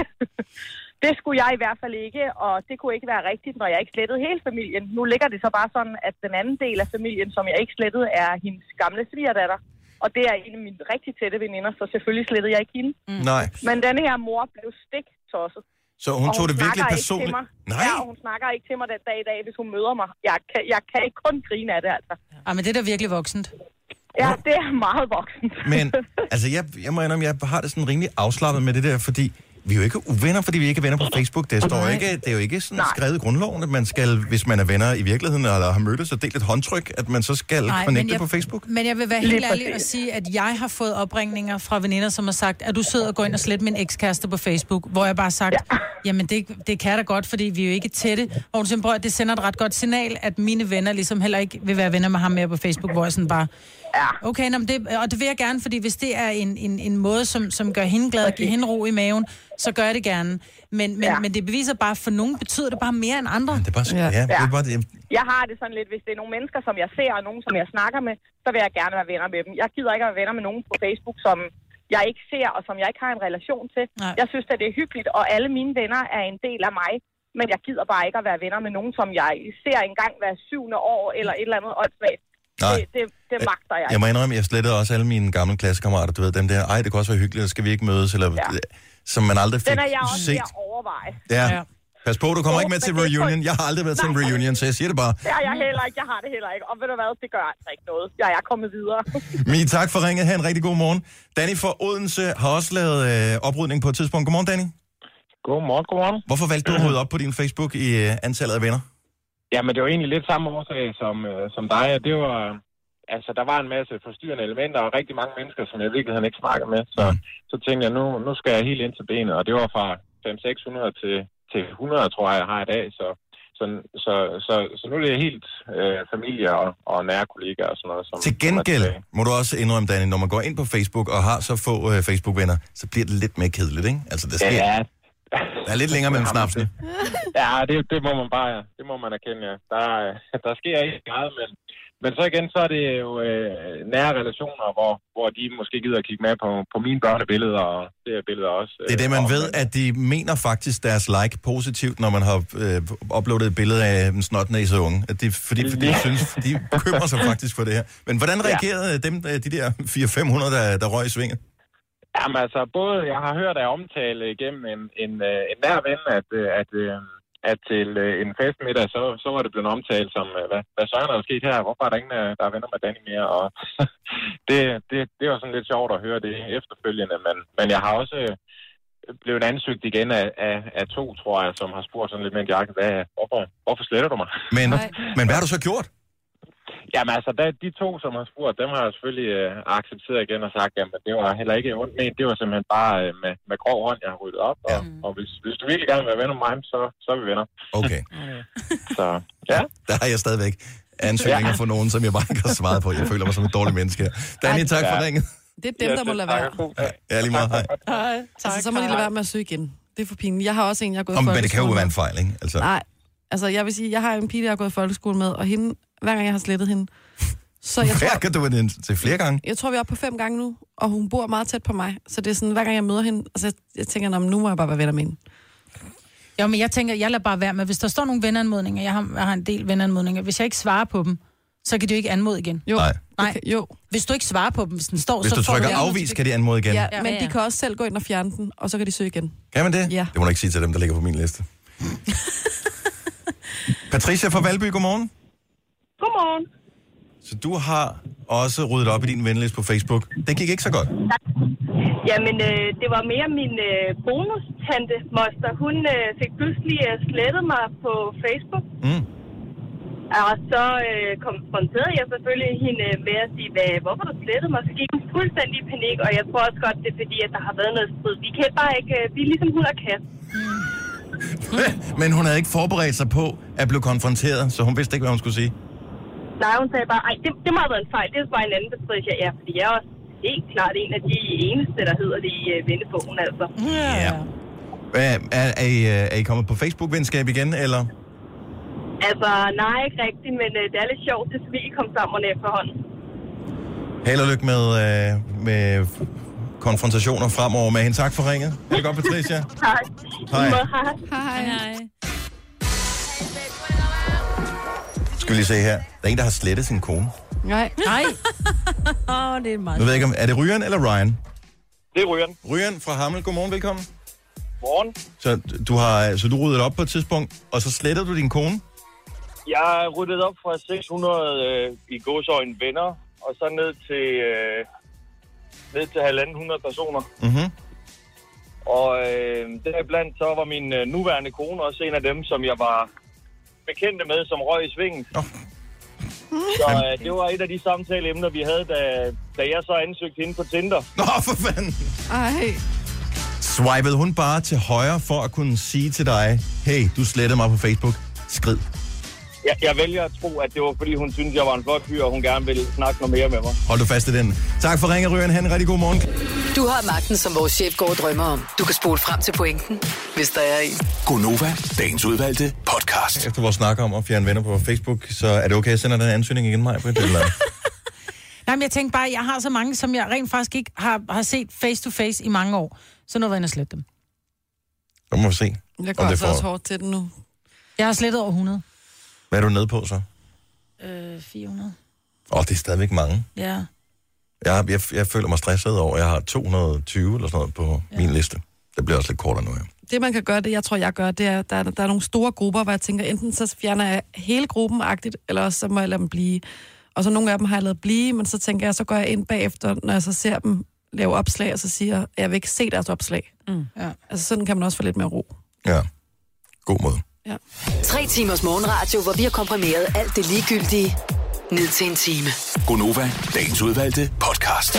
Det skulle jeg i hvert fald ikke, og det kunne ikke være rigtigt, når jeg ikke slettede hele familien. Nu ligger det så bare sådan, at den anden del af familien, som jeg ikke slettede, er hendes gamle svigerdatter. Og det er en af mine rigtig tætte veninder, så selvfølgelig slettede jeg ikke hende. Nej. Men denne her mor blev stiktosset. Så hun tog det virkelig personligt? Nej. Ja, og hun snakker ikke til mig den dag i dag, hvis hun møder mig. Jeg kan ikke kun grine af det, altså. Men det er da virkelig voksent. Ja, det er meget voksent. Men altså, jeg må indrømme, jeg har det sådan rimelig afslappet med det der, fordi vi er jo ikke uvenner, fordi vi ikke er venner på Facebook. Det er jo ikke sådan skrevet i grundloven, at man skal, hvis man er venner i virkeligheden, eller har mødtes og delt et håndtryk, at man så skal connecte på Facebook. Men jeg vil være helt ærlig og sige, at jeg har fået opringninger fra veninder, som har sagt, at du sidder og går ind og sletter min ekskæreste på Facebook, hvor jeg bare har sagt, jamen det kan jeg da godt, fordi vi er jo ikke tætte. Hvor hun simpelthen, det sender et ret godt signal, at mine venner ligesom heller ikke vil være venner med ham mere på Facebook, hvor jeg sådan bare... Okay, og det vil jeg gerne, fordi hvis det er en måde, som gør hende glad og giver hende ro i maven, så gør jeg det gerne. Men det beviser bare, for nogen betyder det bare mere end andre. Det er bare, det er bare det. Jeg har det sådan lidt, hvis det er nogle mennesker, som jeg ser, og nogen, som jeg snakker med, så vil jeg gerne være venner med dem. Jeg gider ikke at være venner med nogen på Facebook, som jeg ikke ser, og som jeg ikke har en relation til. Nej. Jeg synes, at det er hyggeligt, og alle mine venner er en del af mig. Men jeg gider bare ikke at være venner med nogen, som jeg ser engang hver 7. år, eller et eller andet åndssvagt. Det magter jeg. Jeg må indrømme, jeg slettede også alle mine gamle klassekammerater, du ved, dem der, det kan også være hyggeligt, skal vi ikke mødes, eller som man aldrig fik set. Den er jeg også ved at overveje. Ja. Pas på, du kommer ikke med til reunion. Jeg har aldrig været til en reunion, så jeg siger det bare. Det har jeg heller ikke, jeg har det heller ikke. Og ved du hvad, det gør altså ikke noget. Jeg er kommet videre. Mie, tak for ringet. Ha' en rigtig god morgen. Danny fra Odense har også lavet oprydning på et tidspunkt. Godmorgen, Danny. Godmorgen. Hvorfor valgte du at rydde op på din Facebook i antallet af venner? Jamen, det var egentlig lidt samme årsag som dig. Det var, altså, der var en masse forstyrrende elementer, og rigtig mange mennesker, som jeg virkelig ikke snakker med. Så tænkte jeg, nu skal jeg helt ind til benet, og det var fra 500-600 til 100, tror jeg har i dag. Så nu er det helt familie og nære kollegaer og sådan noget. Til gengæld må du også indrømme, Danny, når man går ind på Facebook og har så få Facebook-venner, så bliver det lidt mere kedeligt, ikke? Altså, det sker... Ja. Der er lidt længere mellem snapsene. Ja, det må man bare, det må man erkende, ja. Der sker ikke meget, men så igen, så er det jo nære relationer, hvor de måske gider at kigge med på mine børnebilleder, og det er billeder også. Det er det, man ved, at de mener faktisk deres like positivt, når man har uploadet et billede af en snotnæse unge. Fordi de synes, de bekymrer sig faktisk for det her. Men hvordan reagerede de der 400-500, der røg i svinget? Jamen altså, både jeg har hørt af omtale igennem en nær ven, at til en festmiddag, så var det blevet omtalt som, hvad søren er der sket her? Hvorfor er der ingen, der er venner med Danny mere? Og det var sådan lidt sjovt at høre det efterfølgende, men jeg har også blevet ansøgt igen af 2, tror jeg, som har spurgt sådan lidt med en jakke, hvorfor sletter du mig? Men hvad har du så gjort? Jamen altså, de to, som har spurgt, dem har jeg selvfølgelig accepteret igen og sagt, jamen det var heller ikke ondt ment. Det var simpelthen bare med grov hånd, jeg har ryddet op. Og hvis du virkelig gerne vil være venner med mig, så er vi venner. Okay. Så, ja. Der har jeg stadigvæk ansøgninger for nogen, som jeg bare ikke har svaret på. Jeg føler mig som et dårligt menneske her. Danny, tak for ringet. Det er dem, der må lade være. Ja, lige meget. Hej. Hej. Altså, så må de lade være med at søge igen. Det er for pinligt. Jeg har også en, jeg har gået i folkeskole. Men det kan jo være en fejl, ikke? Altså. Nej. Altså, jeg vil sige, jeg har en pige, jeg har gået i folkeskole med, og hende, hver gang jeg har slettet hende, så jeg tror... Kan du være den til flere gange? Jeg tror, vi er oppe på 5 gange nu, og hun bor meget tæt på mig. Så det er sådan, hver gang jeg møder hende, altså jeg tænker, nu må jeg bare være venner med hende. Jo, men jeg tænker, jeg lader bare være med. Hvis der står nogle venneanmodninger, jeg har en del venneanmodninger, hvis jeg ikke svarer på dem, så kan du ikke anmode igen. Jo. Nej. Jo. Hvis du ikke svarer på dem, hvis den står, hvis så du trykker afvis, kan de anmode igen. Ja, men de kan også selv gå ind og fjerne den, og så kan de søge igen. Kan man det? Ja. Det må du ikke sige til dem, der ligger på min liste. Patricia fra Valby, godmorgen. Godmorgen. Så du har også ryddet op i din venliste på Facebook. Den gik ikke så godt. Jamen, det var mere min bonustante, moster. Hun fik pludselig slettet mig på Facebook. Og så konfronterede jeg selvfølgelig hende med at sige, hvorfor du slettede mig? Så gik hun fuldstændig i panik, og jeg tror også godt, det er fordi, at der har været noget strid. Vi kan bare ikke, vi er ligesom hund og kat. Men hun havde ikke forberedt sig på at blive konfronteret, så hun vidste ikke, hvad hun skulle sige. Nej, hun sagde bare, det må have været en fejl. Det er bare en anden bestridelse, ja, fordi jeg er også helt klart en af de eneste, der hedder det i vennebogen, altså. Ja. Er I kommet på Facebook-venskab igen, eller? Altså, nej, ikke rigtigt, men det er lidt sjovt, det vi kom sammen efterhånden. Held og lykke med konfrontationer fremover med hende. Tak for ringet. Er det godt, Patricia? Tak. Hej. Hej. Skal vi lige se her. Der er en, der har slettet sin kone. Nej. Det er meget. Nu ved jeg ikke, er det Ryan eller Ryan? Det er Ryan. Ryan fra Hammel. Godmorgen, velkommen. Morgen. Så du ryddede op på et tidspunkt, og så slettede du din kone? Jeg ryddede op fra 600 i gåseøjne venner, og så ned til 1.500 personer. Mhm. Og deriblandt så var min nuværende kone også en af dem, som jeg var bekendte med, som røg i svingen. Så det var et af de samtaleemner, vi havde, da jeg så ansøgte hende på Tinder. Nå, for fanden! Ej. Swipede hun bare til højre for at kunne sige til dig, hey, du slettede mig på Facebook, skrid. Jeg vælger at tro, at det var, fordi hun syntes, jeg var en flot fyr, og hun gerne ville snakke noget mere med mig. Hold du fast i den. Tak for ringen, Ryan. Han en rigtig god morgen. Du har magten, som vores chef går og drømmer om. Du kan spole frem til pointen, hvis der er en. Gonova, dagens udvalgte podcast. Efter vores snak om at fjerne venner på Facebook, så er det okay, at jeg sender den ansøgning igen mig på et eller andet? Nej, men jeg tænker bare, jeg har så mange, som jeg rent faktisk ikke har set face to face i mange år. Så nu vil jeg slette dem. Så må vi se. Jeg går altså også hårdt til den nu. Jeg har slettet over 100. Hvad er du nede på så? 400. Det er stadigvæk mange. Ja. Jeg føler mig stresset over, jeg har 220 eller sådan noget på min liste. Det bliver også lidt kortere nu, ja. Det man kan gøre, det jeg tror, jeg gør, det er, der er nogle store grupper, hvor jeg tænker, enten så fjerner jeg hele gruppen-agtigt, eller også så må jeg lade dem blive. Og så nogle af dem har jeg ladet blive, men så tænker jeg, så går jeg ind bagefter, når jeg så ser dem lave opslag, og så siger jeg, jeg vil ikke se deres opslag. Ja. Altså sådan kan man også få lidt mere ro. Ja, god måde. Ja. 3 timers morgenradio, hvor vi har komprimeret alt det ligegyldige ned til en time. Gonova, dagens udvalgte podcast.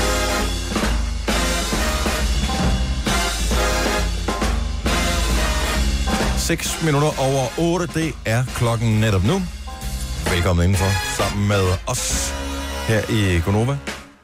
Seks minutter over 8, det er klokken netop nu. Velkommen indenfor, sammen med os her i Gonova.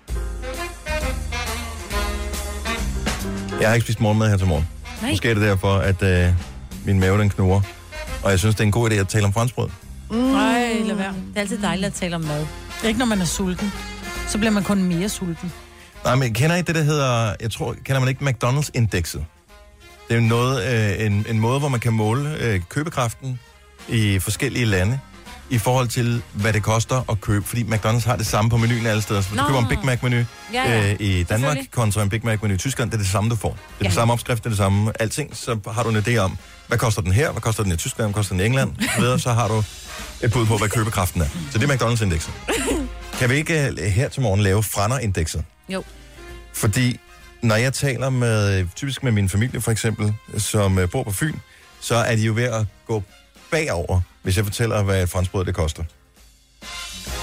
Jeg har ikke spist morgenmad her til morgen. Nej. Måske er det derfor, at min mave den knurrer. Og jeg synes, det er en god idé at tale om franskbrød. Nej, lad være. Det er altid dejligt at tale om mad. Ikke når man er sulten. Så bliver man kun mere sulten. Nej, men kender I det, der hedder... Kender man ikke McDonald's-indekset? Det er jo noget, en måde, hvor man kan måle købekraften i forskellige lande i forhold til, hvad det koster at købe. Fordi McDonald's har det samme på menuen alle steder. Så hvis du køber en Big Mac-menu i Danmark kontra en Big Mac-menu i Tyskland, det er det samme, du får. Det er det samme opskrift, det er det samme alting. Så har du en idé om, hvad koster den her, hvad koster den i Tyskland, hvad koster den i England. Så har du et bud på, hvad købekraften er. Så det er McDonald's-indekset. Kan vi ikke her til morgen lave Frander-indekset? Jo. Fordi når jeg taler typisk med min familie for eksempel, som bor på Fyn, så er de jo ved at gå bagover, hvis jeg fortæller, hvad et franskbrød det koster.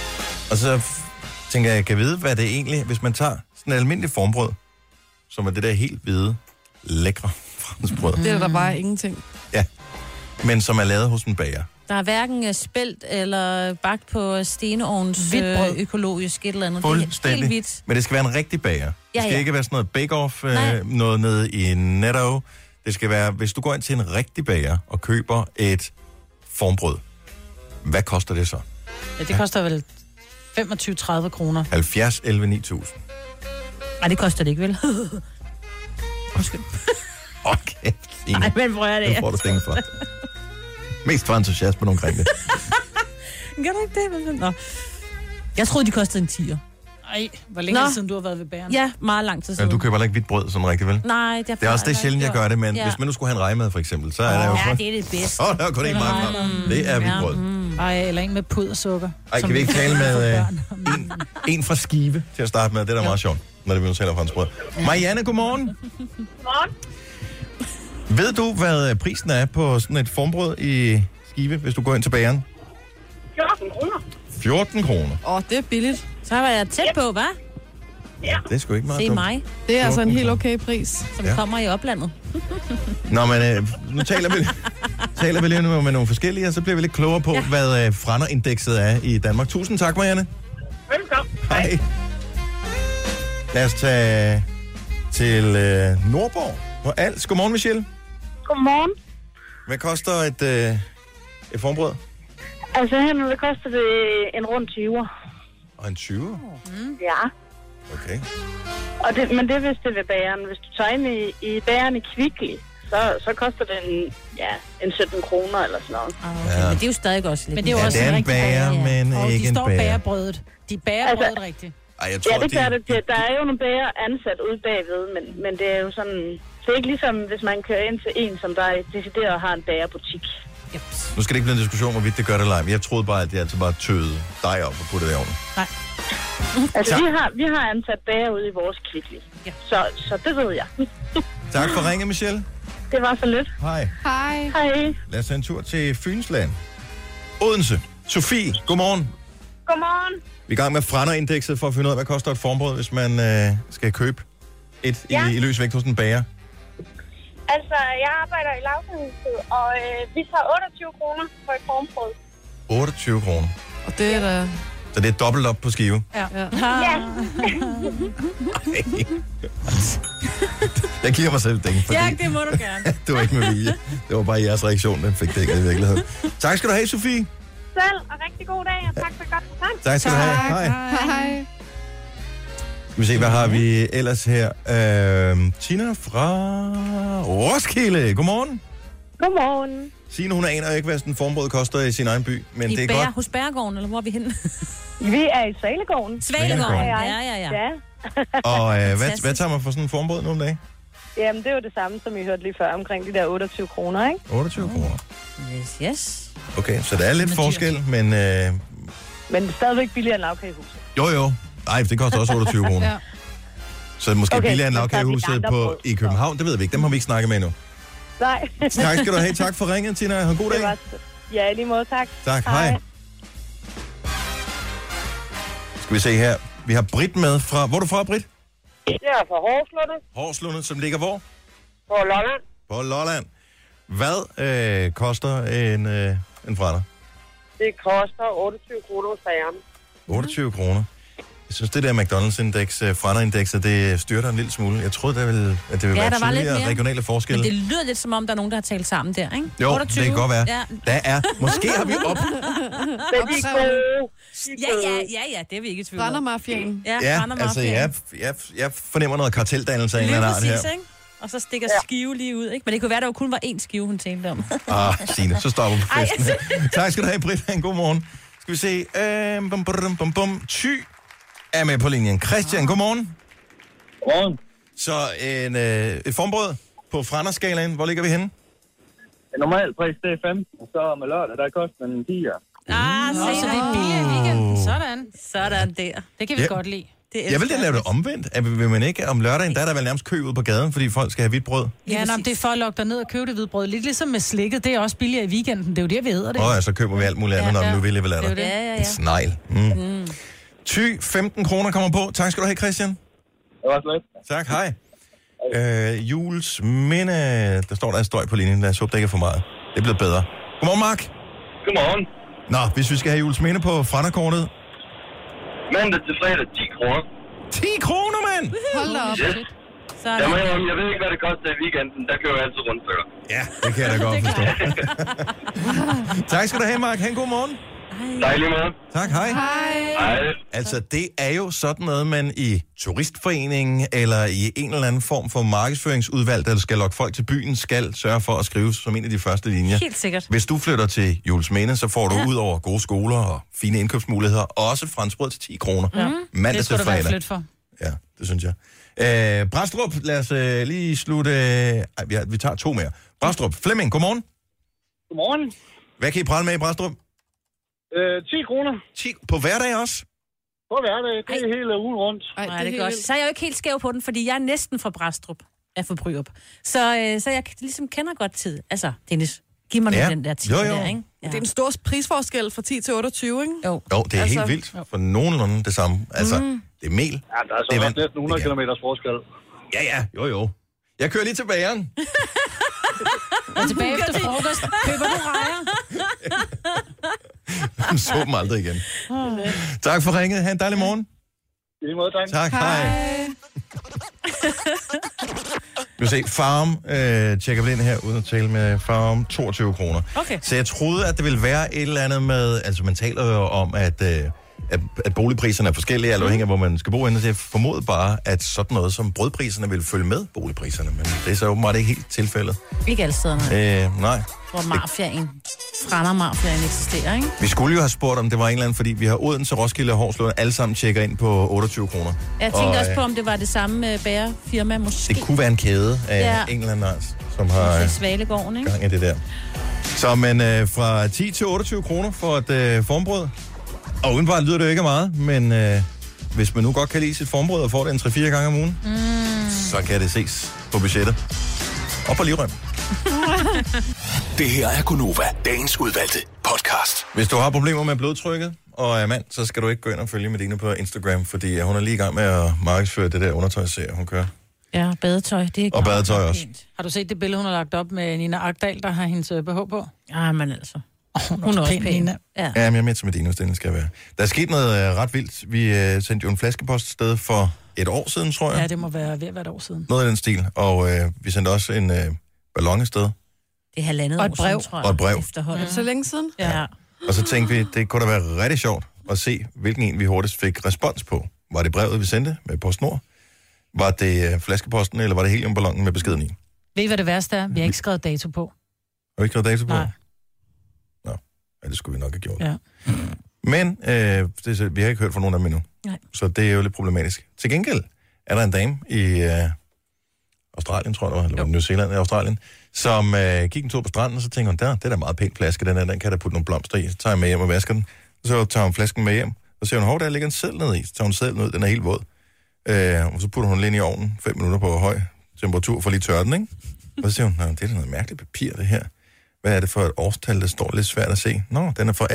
Og så tænker jeg kan vide, hvad det egentlig, hvis man tager sådan et almindeligt formbrød, som er det der helt hvide, lækre franskbrød. Det er der bare ingenting. Ja, men som er lavet hos en bager. Der er hverken spelt eller bagt på steneovns økologisk et eller andet. Fuldstændig. Det er helt hvidt. Men det skal være en rigtig bager. Det skal ikke være sådan noget bake-off, noget nede i Netto. Det skal være, hvis du går ind til en rigtig bager og køber et formbrød, hvad koster det så? Ja, det koster vel 25-30 kroner. 70, 11, 9000. Nej, det koster det ikke, vel? Undskyld. Okay, Signe. Nej, men hvor er det? Det får du stinget for. Mest for entusiasmen omkring det. Gør du ikke det? Nå. Jeg troede, de kostede en 10'er. Ej, hvor længe siden du har været ved bageren? Ja, meget lang tid siden. Men du køber ikke hvidt brød sådan rigtig, vel? Nej, det er også det sjældent, jeg gør det, men hvis man nu skulle have en rejmad, for eksempel, så er der jo... Ja, det er det bedste. Der er kun en meget frem. Det er hvidt brød. Ej, eller en med pudersukker. Ej, kan vi ikke tale med en fra Skive til at starte med? Det er da meget sjovt, når det bliver taler fransk brød. Marianne, godmorgen. Godmorgen. Ved du, hvad prisen er på sådan et formbrød i Skive, hvis du går ind til bageren? 14 kroner. 14 kroner. Det er billigt. Så var jeg tæt på, hva'? Ja. Det er sgu ikke meget Se dumt. mig. Det er altså en helt okay pris. Som kommer i oplandet. Nå, men nu taler vi lige nu med nogle forskellige, og så bliver vi lidt klogere på, hvad Frander-indekset er i Danmark. Tusind tak, Marianne. Velkommen. Hej. Lad os tage til Nordborg på Als. Godmorgen, Michelle. Godmorgen. Hvad koster et formbrød? Altså her det koster det en rund 20'er. Og en 20'er? Ja. Okay. Men det er hvis det er ved bageren. Hvis du tager ind i bageren i Kvickly, så koster det en 17 kroner eller sådan noget. Okay, men det er jo stadig også lidt. Men det er jo også en bager, men og ikke en bager. Og de står bagerbrødet. De bager brødet rigtigt. Ej, jeg tror, det gør det. Der er jo nogle bager ansat ude bagved, men det er jo sådan... Det er ikke ligesom, hvis man kører ind til en, som der decideret har en bagerbutik. Yep. Nu skal det ikke blive en diskussion, hvorvidt det gør det live. Jeg troede bare, at det altid bare tøede dig op og putte det i ovnen. Nej. Altså, vi har ansat bager ude i vores Kvickly. Ja. Så det ved jeg. Tak for ringe, Michelle. Det var så lidt. Hej. Hej. Hej. Lad os tage en tur til Fynsland. Odense. Sofie, godmorgen. Godmorgen. Vi er i gang med Frander-indekset for at finde ud af, hvad koster et formbrød, hvis man skal købe et i løs vægt hos en bager. Altså, jeg arbejder i lavkøbshuset, og vi tager 28 kroner for et formbrød. 28 kroner. Og det er da... Så det er dobbelt op på skive. Ja. Jeg giver mig selv den, fordi Ja, det må du gerne. det var ikke med vilje. Det var bare jeres reaktion, den fik det ikke i virkeligheden. Tak skal du have, Sofie. Selv, og rigtig god dag, og tak for et godt program. Tak skal du have. Hej. Hej. Skal vi se, hvad har vi ellers her? Tina fra Roskilde. Godmorgen. Godmorgen. Signe, hun aner ikke, hvad sådan en formbrød koster i sin egen by, men det er godt. Hos Bærgården, eller hvor er vi henne? Vi er i Svalegården. Svalegården, ja. Og hvad tager man for sådan en formbrød nogle dage? Jamen, det er jo det samme, som I hørte lige før, omkring de der 28 kroner, ikke? 28 kroner. Yes. Okay, så der er lidt forskel, men... Men det er stadigvæk billigere end lavkagehuset. Jo. Nej, det koster også 28 kroner. Ja. Så måske billigere end lavkagehuset i København, det ved vi ikke. Dem har vi ikke snakket med endnu. Nej. Tak skal du have. Tak for ringen, Tina. Ha' en god dag. Ja, lige måde. Tak. Tak. Hej. Skal vi se her. Vi har Britt med fra... Hvor er du fra, Britt? Jeg er fra Horslunde. Horslunde, som ligger hvor? På Lolland. På Lolland. Hvad koster en frander? Det koster 28 kroner hos bageren. 28 kroner. Jeg synes, det der McDonald's-indeks, Frander-indekset, det styrter en lille smule. Jeg troede, at det ville være tydeligere regionale forskelle. Men det lyder lidt som om, der er nogen, der har talt sammen der, ikke? Jo, 28. det kan godt være. Ja. Der er. Måske har vi op. Ja, det er vi ikke i tvivl. Frander-mafiaen. Ja, altså jeg fornemmer noget karteldannelse af en eller anden art her. Ikke? Og så stikker skive lige ud, ikke? Men det kunne være, at der kun var én skive, hun talte om. Signe, så stopper vi på festen her. Tak skal du have, Britt. En god morgen. Skal vi se. Thy er med på linjen. Christian, godmorgen. Godmorgen. Så et formbrød på Frander-skalaen. Hvor ligger vi henne? Normal pris, det er 15, og så med lørdag, der koster den 10'er. Så det er billigere i weekenden. Sådan der. Det kan vi godt lide. Jeg vil da lave det omvendt. Vil man ikke om lørdagen, der er der vel nærmest kø ud på gaden, fordi folk skal have hvidt brød? Ja, det er for at lokke dig ned og købe det hvide brød. Lidt ligesom med slikket, det er også billigere i weekenden. Det er jo det, vi hedder det. Ja, så køber vi alt muligt andet, når vi nu vil lade det. Ja. En snegl. Ty, 15 kroner kommer på. Tak skal du have, Christian. Det var slet. Tak, hej. Jules Minde, der står der en støj på linjen. Lad os håbe, der ikke er for meget. Det er blevet bedre. Godmorgen, Mark. Godmorgen. Nå, hvis vi skal have Jules Minde på Franderkortet. Mandag til fredag, 10 kroner. 10 kroner, mand! Hold da op. Yes. Jeg ved ikke, hvad det koster i weekenden. Der kører jeg altid rundstykker. Ja, det kan jeg da godt forstå. Tak skal du have, Mark. Ha' en god morgen. Dejlig måde. Tak, hej. Hej. Altså, det er jo sådan noget, man i turistforeningen eller i en eller anden form for markedsføringsudvalg, der skal lokke folk til byen, skal sørge for at skrive som en af de første linjer. Helt sikkert. Hvis du flytter til Jules Minde, så får du ud over gode skoler og fine indkøbsmuligheder, også franskbrød til 10 kroner. Mandag det skulle til der være fredag. flyt for. Ja, det synes jeg. Brastrup, lad os lige slutte... vi tager 2 mere. Brastrup, Flemming, godmorgen. Godmorgen. Hvad kan I prale med i Brastrup? 10 kroner. 10 på hverdag også? På hverdag. Det er hele ugen rundt. Nej, det er godt. Så er jeg jo ikke helt skæv på den, fordi jeg er næsten fra Brastrup. Er fra Bryrup. Så jeg ligesom kender godt tid. Altså, Dennis, giv mig den der tid der, ikke? Ja. Det er en stor prisforskel fra 10 til 28, ikke? Jo, det er helt vildt. For nogenlunde det samme. Altså, det er mel. Ja, der er så næsten 100 km forskel. Ja, jo. Jeg kører lige til bageren. Og tilbage efter frokost. Køber du rejer? Så dem aldrig igen. Tak for ringet. Ha' en dejlig morgen. I lige måde, tak. Tak, hej. Vi se, Farm tjekker vi ind her, uden at tale med Farm, 22 kroner. Okay. Så jeg troede, at det ville være et eller andet med, altså man taler jo om, at boligpriserne er forskellige, alt afhængig af, hvor man skal bo henne. Så jeg formodede bare, at sådan noget som brødpriserne ville følge med boligpriserne, men det er så åbenbart ikke helt tilfældet. Ikke alle steder, nej. Hvor mafiaen eksisterer, ikke? Vi skulle jo have spurgt, om det var en eller anden, fordi vi har Odense, Roskilde og Horslund alle sammen tjekker ind på 28 kroner. Jeg tænkte også på, om det var det samme bærefirma, måske. Det kunne være en kæde af en eller anden art, som har Svalegården, ikke? gang i det der. Så men fra 10 til 28 kroner for et formbrød. Og udenbart lyder det jo ikke meget, men hvis man nu godt kan lide sit formbrød og får det en 3-4 gange om ugen, så kan det ses på budgettet. Og på livrem. Det her er Gonova, dagens udvalgte podcast. Hvis du har problemer med blodtrykket og er mand, så skal du ikke gå ind og følge Medina på Instagram, fordi hun er lige i gang med at markedsføre det der undertøjsserie, hun kører. Ja, badetøj. Det er og badetøj også. Har du set det billede, hun har lagt op med Nina Agdal, der har hendes BH på? Ja, men altså. Hun er også pæn. Ja, men jeg er med til Medina, hvis den skal være. Der er sket noget ret vildt. Vi sendte jo en flaskepost sted for et år siden, tror jeg. Ja, det må være ved at være et år siden. Noget af den stil. Og vi sendte også en ballon afsted. Det er 1,5 år brev. siden, tror jeg. Og et brev. Efterhånden. Så længe siden? Ja. Og så tænkte vi, det kunne da være rigtig sjovt at se, hvilken en vi hurtigst fik respons på. Var det brevet, vi sendte med PostNord? Var det flaskeposten, eller var det heliumballonen med beskeden i? Ved I, hvad det værste er? Vi har ikke skrevet dato på. Har vi ikke skrevet dato på? Nej. Nå, ja, det skulle vi nok have gjort. Ja. Men vi har ikke hørt fra nogen af dem endnu. Nej. Så det er jo lidt problematisk. Til gengæld er der en dame i Australien, tror jeg, eller var det New Zealand i Australien, som gik en tur på stranden, og så tænker hun, det er da meget pæn flaske, den kan jeg da putte nogle blomster i. Så tager jeg med hjem og vasker den. Og så tager hun flasken med hjem, og så siger hun, der ligger en seddel ned i. Så tager hun sedlen ud, den er helt våd. Og så putter hun den ind i ovnen, 5 minutter på høj temperatur, for lige tørre den, ikke? Og så siger hun, det er da noget mærkeligt papir, det her. Hvad er det for et årstal, der står lidt svært at se? Nå, den er fra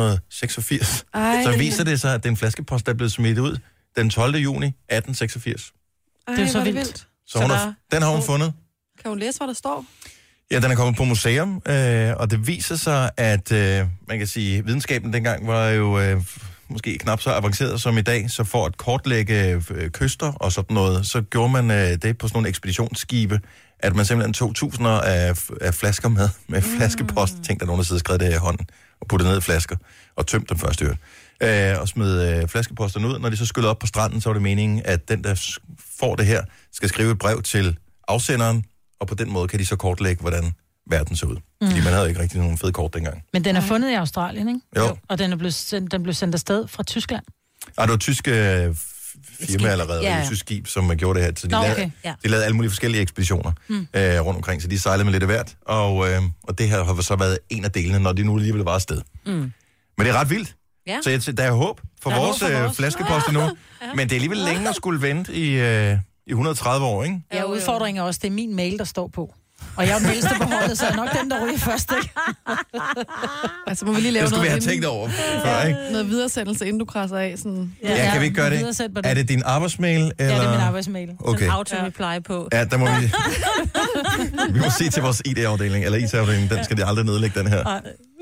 1886. Ej. Så viser det sig, at det er en flaskepost, der er blevet smidt ud den 12. juni 1886. Ej, det er så vildt. Så den har hun fundet. Kan hun læse, hvad der står? Ja, den er kommet på museum, og det viser sig, at man kan sige, videnskaben dengang var jo måske knap så avanceret som i dag, så for at kortlægge kyster og sådan noget, så gjorde man det på sådan nogle ekspeditionsskibe, at man simpelthen tog tusinder af flasker med flaskepost. Tænk, der nogen, der sidder og skrev det i hånden og puttede ned i flasker og tømte dem først i øvrigt. Og smed flaskeposterne ud. Når de så skyllede op på stranden, så var det meningen, at den, der får det her, skal skrive et brev til afsenderen, og på den måde kan de så kortlægge, hvordan verden ser ud. Fordi man havde ikke rigtig nogen fede kort dengang. Men den er fundet i Australien, ikke? Jo. Og den blev sendt afsted fra Tyskland. Og det var tyske firma allerede, et tysk skib, som gjorde det her. Så de lavede alle mulige forskellige ekspeditioner rundt omkring, så de sejlede med lidt af hvert. Og det her har så været en af delene, når de nu alligevel var afsted. Men det er ret vildt. Ja. Så der er håb for vores flaskepost endnu. Men det er alligevel længe at skulle vente i 130 år, ikke? Ja, udfordringen er også, det er min mail, der står på. Og jeg er den ældste på holdet, så er nok den, der ryger først, ikke? Altså, må vi lige lave det noget... Det skulle vi have tænkt over før, ikke? Noget videresendelse, inden du krasser af. Sådan. Ja, kan vi ikke gøre det? Er det din arbejdsmail? Eller? Ja, det er min arbejdsmail. Okay. Sådan auto-reply på. Ja, der må vi må sige til vores IT-afdeling, eller IT-afdeling, den skal de aldrig nedlægge, den her.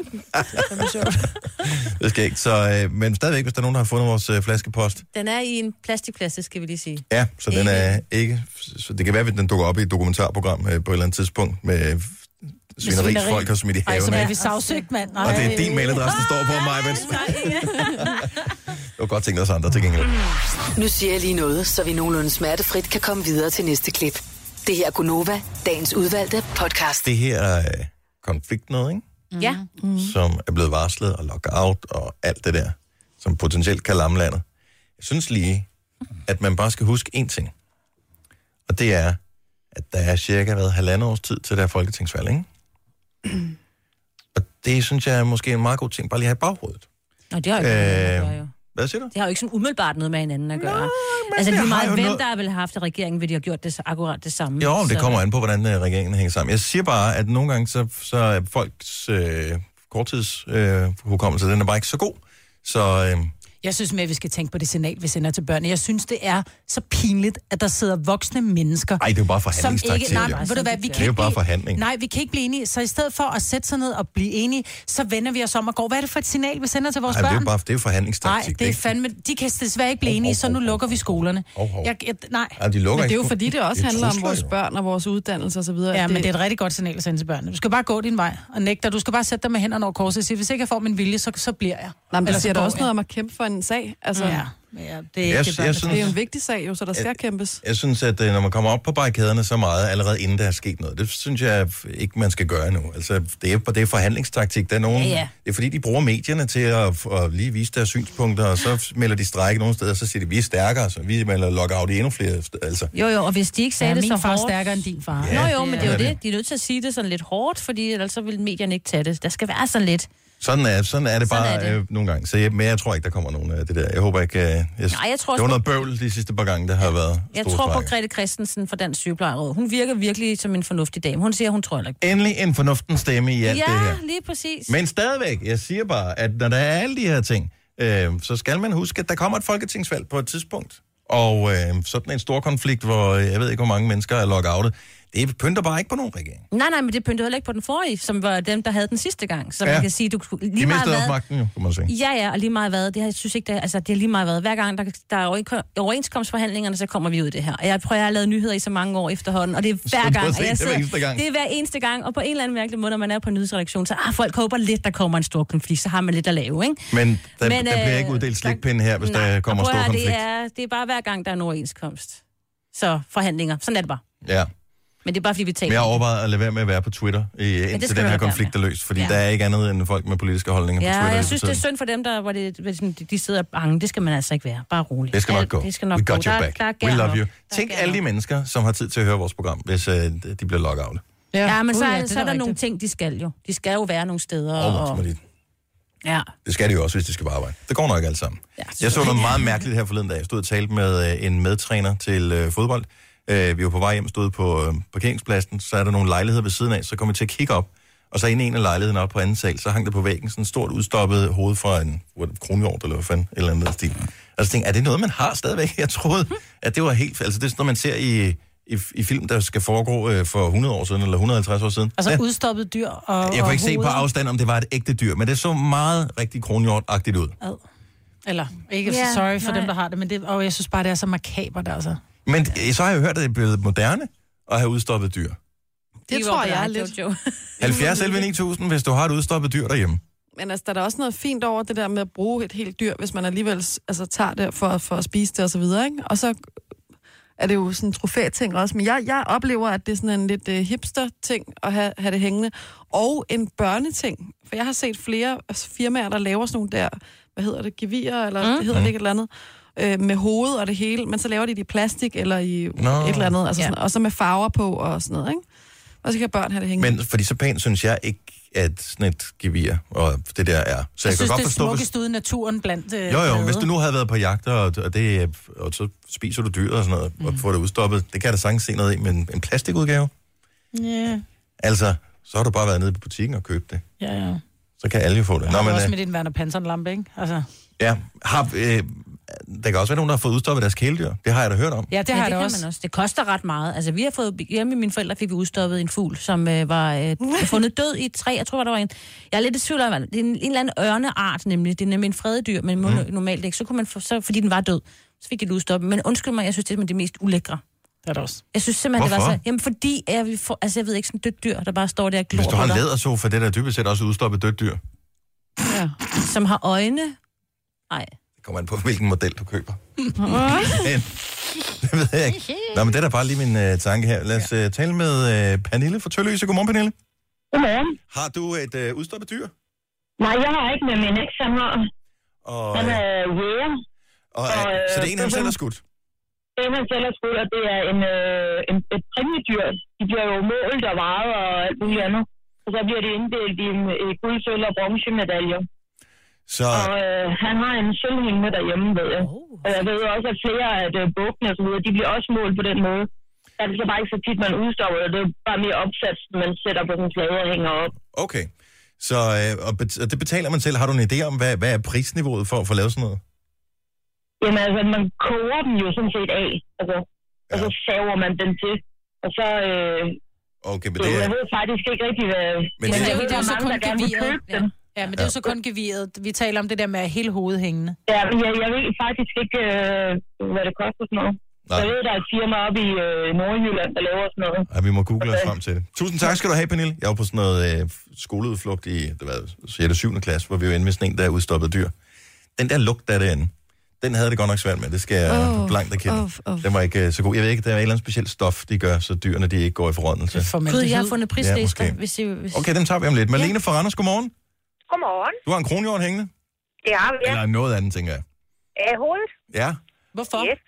Det skal ikke. Så, men stadigvæk, hvis der er nogen, der har fundet vores flaskepost. Den er i en plastikflaske, skal vi lige sige. Ja, så den er ikke... Så det kan være, at den dukker op i et dokumentarprogram på et eller andet tidspunkt med svineri, folk har smidt i haven. Ej, så er vi sagsøgt, mand. Og det er din mailadresse, der står på mig. Det var godt tænkt os andre til gengæld. Nu siger jeg lige noget, så vi nogenlunde smertefrit kan komme videre til næste klip. Det her er Gunova, dagens udvalgte podcast. Det her er konflikt noget, ikke? Ja. Som er blevet varslet og lockout og alt det der, som potentielt kan lamme landet. Jeg synes lige, at man bare skal huske én ting. Og det er, at der er cirka 1,5 års tid til der folketingsvalg, ikke? Og det synes jeg er måske en meget god ting, bare lige at have i baghovedet. Nå, det har jo ikke noget at gøre, jo. Hvad siger du? Det har jo ikke sådan umiddelbart noget med hinanden at gøre. Altså lige meget hvem, der vil have haft i regeringen, vil de have gjort det akkurat det samme. Jo, det kommer an på, hvordan regeringen hænger sammen. Jeg siger bare, at nogle gange, så er folks korttidshukommelse, den er bare ikke så god. Så... Jeg synes mere, at vi skal tænke på det signal, vi sender til børn. Jeg synes, det er så pinligt, at der sidder voksne mennesker... Nej, det er jo bare forhandlingstaktik. Det er jo bare forhandling. Nej, vi kan ikke blive enige. Så i stedet for at sætte sig ned og blive enige, så vender vi os om og går. Hvad er det for et signal, vi sender til vores børn? Det er jo forhandlingstaktik. Nej, det er fandme... De kan desværre ikke blive enige, så nu lukker vi skolerne. Nej, de lukker men det er jo ikke. fordi, det også handler om vores børn og vores uddannelse og så videre. Ja, men det er et rigtig godt signal at sende til børnene. Du skal bare gå din vej og nægte. Du skal bare sætte dig med hænderne over korset og sige, hvis ikke jeg får min vilje, så bliver jeg. Nej, men det siger der også noget om at kæmpe for en sag. Altså, ja, det er det er jo en vigtig sag, jo, så der skal kæmpes. Jeg synes, at når man kommer op på barrikaderne så meget, allerede inden der er sket noget, det synes jeg ikke, man skal gøre nu. Altså, det er forhandlingstaktik. Der er nogen, det er fordi, de bruger medierne til at lige vise deres synspunkter, og så melder de strejke nogle steder, og så siger de, vi er stærkere, så vi melder lockout i endnu flere. Altså. Jo, og hvis de ikke sagde det så hårdt... Min far stærkere end din far. Ja, jo, men det er jo det. De er nødt til at sige det sådan lidt hårdt, fordi ellers så vil medierne ikke tage det. Der skal være sådan lidt... Sådan er det bare nogle gange. Men jeg tror ikke, der kommer nogen af det der. Jeg håber ikke... Nej, jeg tror det var noget bøvl de sidste par gange, der har været. Jeg tror på Grete Christensen fra Dansk Sygeplejeråd. Hun virker virkelig som en fornuftig dame. Hun siger, hun tror ikke. Endelig en fornuftens stemme i alt det her. Ja, lige præcis. Men stadigvæk, jeg siger bare, at når der er alle de her ting, så skal man huske, at der kommer et folketingsvalg på et tidspunkt. Og sådan en stor konflikt, hvor jeg ved ikke, hvor mange mennesker er lockoutet, det pynter bare ikke på nogen regering. Nej, men det pynter heller ikke på den forrige, som var dem, der havde den sidste gang. Så man kan sige, du lige de meget mistede magten, jo, kunne man sige. Ja, og lige meget hvad. Det, jeg synes ikke, det er lige meget hvad. Hver gang der er overenskomstforhandlingerne, så kommer vi ud i det her. Og jeg har lavet nyheder i så mange år efterhånden, og det er hver gang. Det er hver eneste gang, og på en eller anden mærkelig måde, når man er på nyhedsredaktion, så folk håber lidt, der kommer en stor konflikt, så har man lidt at lave, ikke? Men der bliver ikke uddelt slikpinde her, hvis der kommer stor konflikt. Det er bare hver gang, der er en overenskomst. Så forhandlinger. Sådan er det bare. Ja. Men det er bare, fordi vi taler. Men jeg overvejer at lade være med at være på Twitter, indtil den her konflikt er løst. Fordi der er ikke andet end folk med politiske holdninger på Twitter. Ja, jeg synes, det er synd for dem, hvor de sidder bange. Det skal man altså ikke være. Bare roligt. Det skal nok gå. Det skal nok We got gå. your back. We love you. Tænk alle de mennesker, som har tid til at høre vores program, hvis de bliver lockout. Ja, men så er der nogle ting, de skal jo. De skal jo være nogle steder. Ja. Det skal de jo også, hvis de skal på arbejde. Det går nok alt sammen. Ja, jeg så noget meget mærkeligt her forleden dag. Jeg stod og talte med en medtræner til fodbold. Vi var på vej hjem, stod på parkeringspladsen, så er der nogle lejligheder ved siden af, så kom vi til at kigge op, og så inde i en af lejlighederne op på anden sal, så hang der på væggen sådan et stort udstoppet hoved fra en kronhjort, eller hvad fanden, et eller andet stil. Altså tænkte, er det noget, man har stadigvæk? Jeg troede, at det var helt... Altså det er sådan noget, man ser i film, der skal foregå for 100 år siden, eller 150 år siden. Altså udstoppet dyr og jeg kunne ikke se på afstand, om det var et ægte dyr, men det så meget rigtig kronhjort-agtigt ud. Eller, ikke sorry for dem, der har det, men og jeg synes bare, det er så makabert, altså. Men så har jeg hørt, at det er blevet moderne at have udstoppet dyr. Det tror jeg er lidt. 70 11 9000, hvis du har et udstoppet dyr derhjemme. Men altså, der er da også noget fint over det der med at bruge et helt dyr, hvis man alligevel tager det for at spise det og så videre, ikke? Og så er det jo sådan en trofæting også. Men jeg oplever, at det er sådan en lidt hipster-ting at have det hængende. Og en børneting. For jeg har set flere firmaer, der laver sådan nogle der, hvad hedder det, gevier, eller det hedder det ikke et eller andet, med hoved og det hele, men så laver de det i plastik eller i et eller andet, altså sådan, og så med farver på og sådan noget, ikke? Og så kan børn have det hængende. Men fordi så pænt synes jeg ikke, at sådan et gevir og det der er. Så jeg kan synes, godt det forstå, smukkest ud i naturen blandt Jo, hvis du nu havde været på jagt, og så spiser du dyr og sådan noget, og får det udstoppet, det kan jeg da sagtens se noget i, men en plastikudgave? Ja. Altså, så har du bare været nede på butikken og købt det. Ja. Så kan alle jo få det. Jeg har også med din Werner Panton-lampe, ikke? Altså. Ja, der kan også være nogen, der har fået udstoppet deres kæledyr. Det har jeg da hørt om. Ja, det har jeg også. Man også. Det koster ret meget. Altså, vi har fået... Hjemme med mine forældre fik vi udstoppet en fugl, som var fundet død i et træ. Jeg tror, der var en... Jeg er lidt i tvivl om, det er en eller anden ørneart, nemlig. Det er nemlig en fredet dyr, men normalt ikke. Så kunne man fordi den var død, så fik de det udstoppet. Men undskyld mig, jeg synes, det er det mest ulækre. Det er det også. Jeg synes simpelthen, det var så... Jamen, fordi jeg ved ikke, sådan et dødt dyr, der bare står der og glor. Hvis du har en lædersofa, det der dybest set også udstoppet dødt dyr. Ja. Som har øjne. Nej. Det kommer an på, hvilken model du køber. Men, det ved jeg ikke. Nå, men det er da bare lige min tanke her. Lad os tale med Pernille fra Tølløse. Godmorgen, Pernille. Godmorgen. Har du et udstoppet dyr? Nej, jeg har ikke, med min eks, han har. Han er jæger. Så det er en, han selv har skudt? Det er en, han selv har skudt, og det er et præmiedyr. De bliver jo målt og vejet og alt muligt andet. Og så bliver de inddelt i guld, sølv og bronzemedaljer. Så... Og han har en sølv hængende derhjemme, ved jeg. Og jeg ved også, at flere af bukkene og så videre, de bliver også målt på den måde. Der er det så bare ikke så tit, man udstopper det. Det er bare mere opsat, man sætter på sådan en plade og hænger op. Okay. Så og det betaler man selv. Har du en idé om, hvad er prisniveauet for at få lavet sådan noget? Jamen altså, man koger dem jo sådan set af. Altså, og så saver man den til. Og så... okay, men det er... Jeg ved faktisk ikke rigtig, hvad... Men det er så kun geviret. Ja, men det er jo så kun geviret. Vi taler om det der med hele hovedet hængende. Ja, men jeg ved faktisk ikke, hvad det koster sådan noget. Nej. Jeg ved, der er et firma oppe i Nordjylland, der laver sådan noget. Ja, vi må google os frem til det. Tusind tak skal du have, Pernille. Jeg var på sådan noget skoleudflugt i 6. og 7. klasse, hvor vi var inde med sådan en, der udstoppede dyr. Den der lugt, der er derinde, den havde det godt nok svært med. Det skal jeg blankt erkende. Den var ikke så god. Jeg ved ikke, der er et eller andet specielt stof, de gør, så dyrene de ikke går i forrådnelse. Gud, jeg har fundet prislister. Ja, okay, dem tager vi om lidt. Malene fra Randers, godmorgen. Godmorgen. Du har en kronhjort hængende? Det har vi, ja. Eller noget andet, tænker jeg. Hovedet. Ja. Hvorfor? Yes.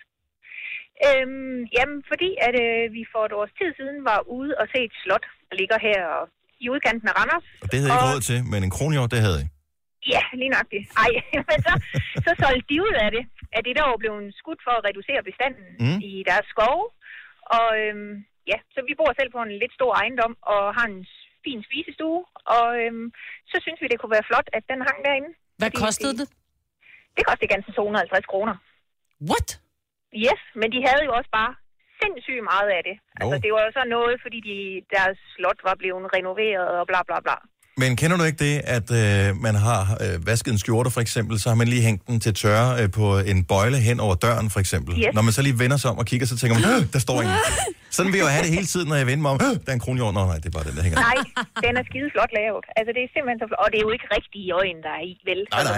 Jamen, fordi at vi for et års tid siden var ude og se et slot, der ligger her i udkanten af Randers. Og det havde jeg ikke råd til, men en kronhjort, det havde jeg. Ja, lige nøjagtigt. Ej, men så solgte de ud af det, at det der var blevet skudt for at reducere bestanden i deres skove. Og ja, så vi bor selv på en lidt stor ejendom og har en fin spisestue. Og så synes vi, det kunne være flot, at den hang derinde. Hvad kostede det? Det kostede ganske 250 kroner. What? Yes, men de havde jo også bare sindssygt meget af det. Altså, det var jo så noget, fordi deres slot var blevet renoveret og bla bla bla. Men kender du ikke det, at man har vasket en skjorte for eksempel, så har man lige hængt den til tørre på en bøjle hen over døren for eksempel. Yes. Når man så lige vender sig om og kigger, så tænker man, der står en. Sådan vil jeg jo have det hele tiden, når jeg vender mig om, der er en kronhjort. Nå nej, det er bare den, der hænger. Nej, den er skide flot lavet. Altså det er simpelthen så flot. Og det er jo ikke rigtige øjne, der er i, vel?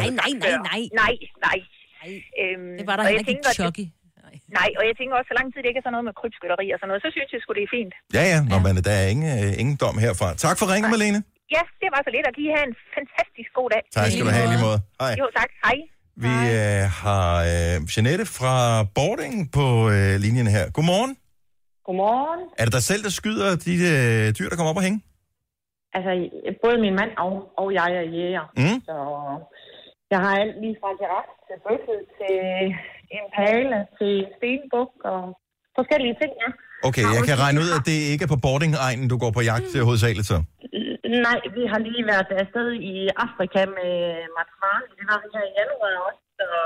Nej. Det var der heller ikke et chok i. Nej, og jeg tænker også, så lang tid det ikke er sådan noget med krybskytteri og sådan noget, så synes jeg sgu, det er fint. Ja. Nå, men der er ingen dom herfra. Tak for ringen, Malene. Ja, det var så lidt, og de har en fantastisk god dag. Tak skal du have, lige måde. Hej. Jo, tak. Hej. Vi har Jeanette fra Bording på linjen her. Godmorgen. Godmorgen. Er det dig selv, der skyder de dyr, der kommer op og hænge? Altså, både min mand og jeg er jæger. Så jeg har alt lige fra giraf til bøffel til en pale til stenbuk og forskellige ting, ja. Okay, jeg kan regne ud, at det ikke er på Bording-egnen, du går på jagt til hovedsageligt så? Nej, vi har lige været afsted i Afrika med Matsmani. Det var vi her i januar også.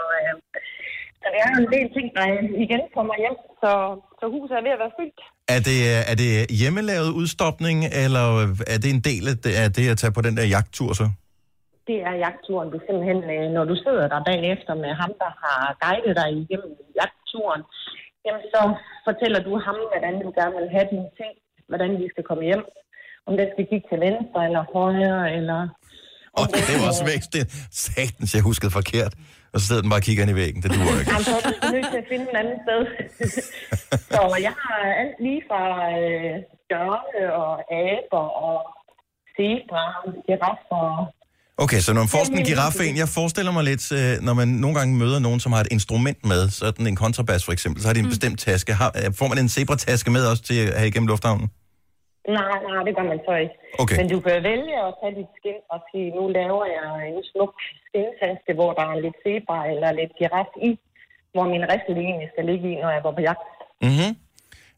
Så det er en del ting, der igen kommer hjem. Så huset er ved at være fyldt. Er det hjemmelavet udstopning, eller er det en del af det at tage på den der jagttur så? Det er jagtturen. Det er simpelthen, når du sidder der bagefter med ham, der har guidet dig igennem jagtturen, jamen så fortæller du ham, hvordan du gerne vil have dine ting, hvordan vi skal komme hjem. Om den skal kigge til venstre eller højre, eller... det var også vækst. Satans, jeg huskede forkert. Og så sidder den bare og kigger ind i væggen. Det duer ikke. Jamen, så er du nødt til at finde en anden sted. Så jeg har alt lige fra skørle og aber og zebra, giraffer. Okay, så når man får sådan en giraf-en, jeg forestiller mig lidt, når man nogle gange møder nogen, som har et instrument med, sådan en kontrabas for eksempel, så har de en bestemt taske. Får man en zebra-taske med også til at have igennem lufthavnen? Nej, det gør man så ikke. Okay. Men du kan vælge at tage dit skind og sige, nu laver jeg en smuk skindtaske, hvor der er lidt zebra eller lidt giraf i, hvor min restlinje skal ligge i, når jeg går på jagt.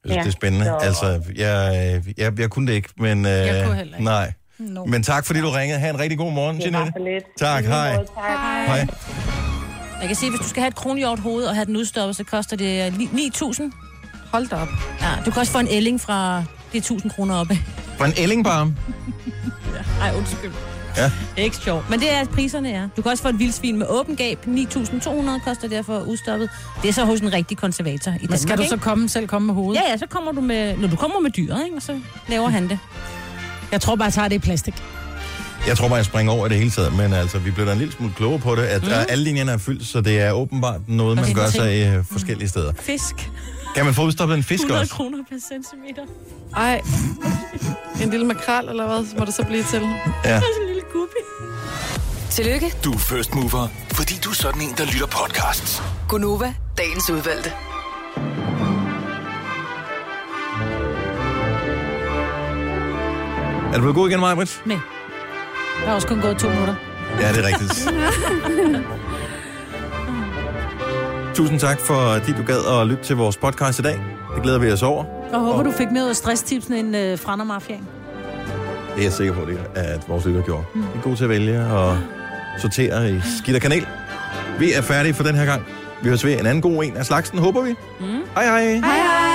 Jeg synes, det er spændende. Så... Altså, jeg kunne det ikke, men... Jeg kunne heller ikke. Nej. No. Men tak, fordi du ringede. Ha' en rigtig god morgen, Jeanette. Tak, hej. Hej. Jeg kan se, hvis du skal have et kronhjort hoved og have den udstoppet, så koster det 9.000. Hold da op. Ja, du kan også få en ælling fra de 1.000 kroner oppe. For en ælling bare? Ej, undskyld. Ja. Det er ikke sjovt. Men det er priserne, ja. Du kan også få et vildsvin med åben gab. 9.200 koster derfor udstoppet. Det er så hos en rigtig konservator i Danmark. Men skal du så selv komme med hovedet? Ja, så kommer du med... Når du kommer med dyret, ikke? Og så laver han det. Jeg tror bare, jeg tager det i plastik. Jeg tror bare, jeg springer over i det hele taget, men altså, vi bliver da en lille smule klogere på det, at alle linjerne er fyldt, så det er åbenbart noget, man gør sig i forskellige steder. Fisk. Kan man få udstoppet en fisk 100 også? 100 kroner per centimeter. Ej, en lille makrel, eller hvad må det så blive til? Ja. Sådan en lille guppy. Tillykke. Du er first mover, fordi du er sådan en, der lytter podcasts. Gunova, dagens udvalgte. Er du blevet god igen, Maja-Brit? Nej. Der er også kun gået 2 minutter. Ja, det er rigtigt. Tusind tak, fordi du gad at lytte til vores podcast i dag. Det glæder vi os over. Og håber, du fik noget stresstipsene en frandermafian. Det er jeg sikker på, at vores lytter gjorde. Vi er gode til at vælge og sortere i skidt og kanel. Vi er færdige for den her gang. Vi høres ved en anden god en af slagsen, håber vi. Hej hej. Hej hej.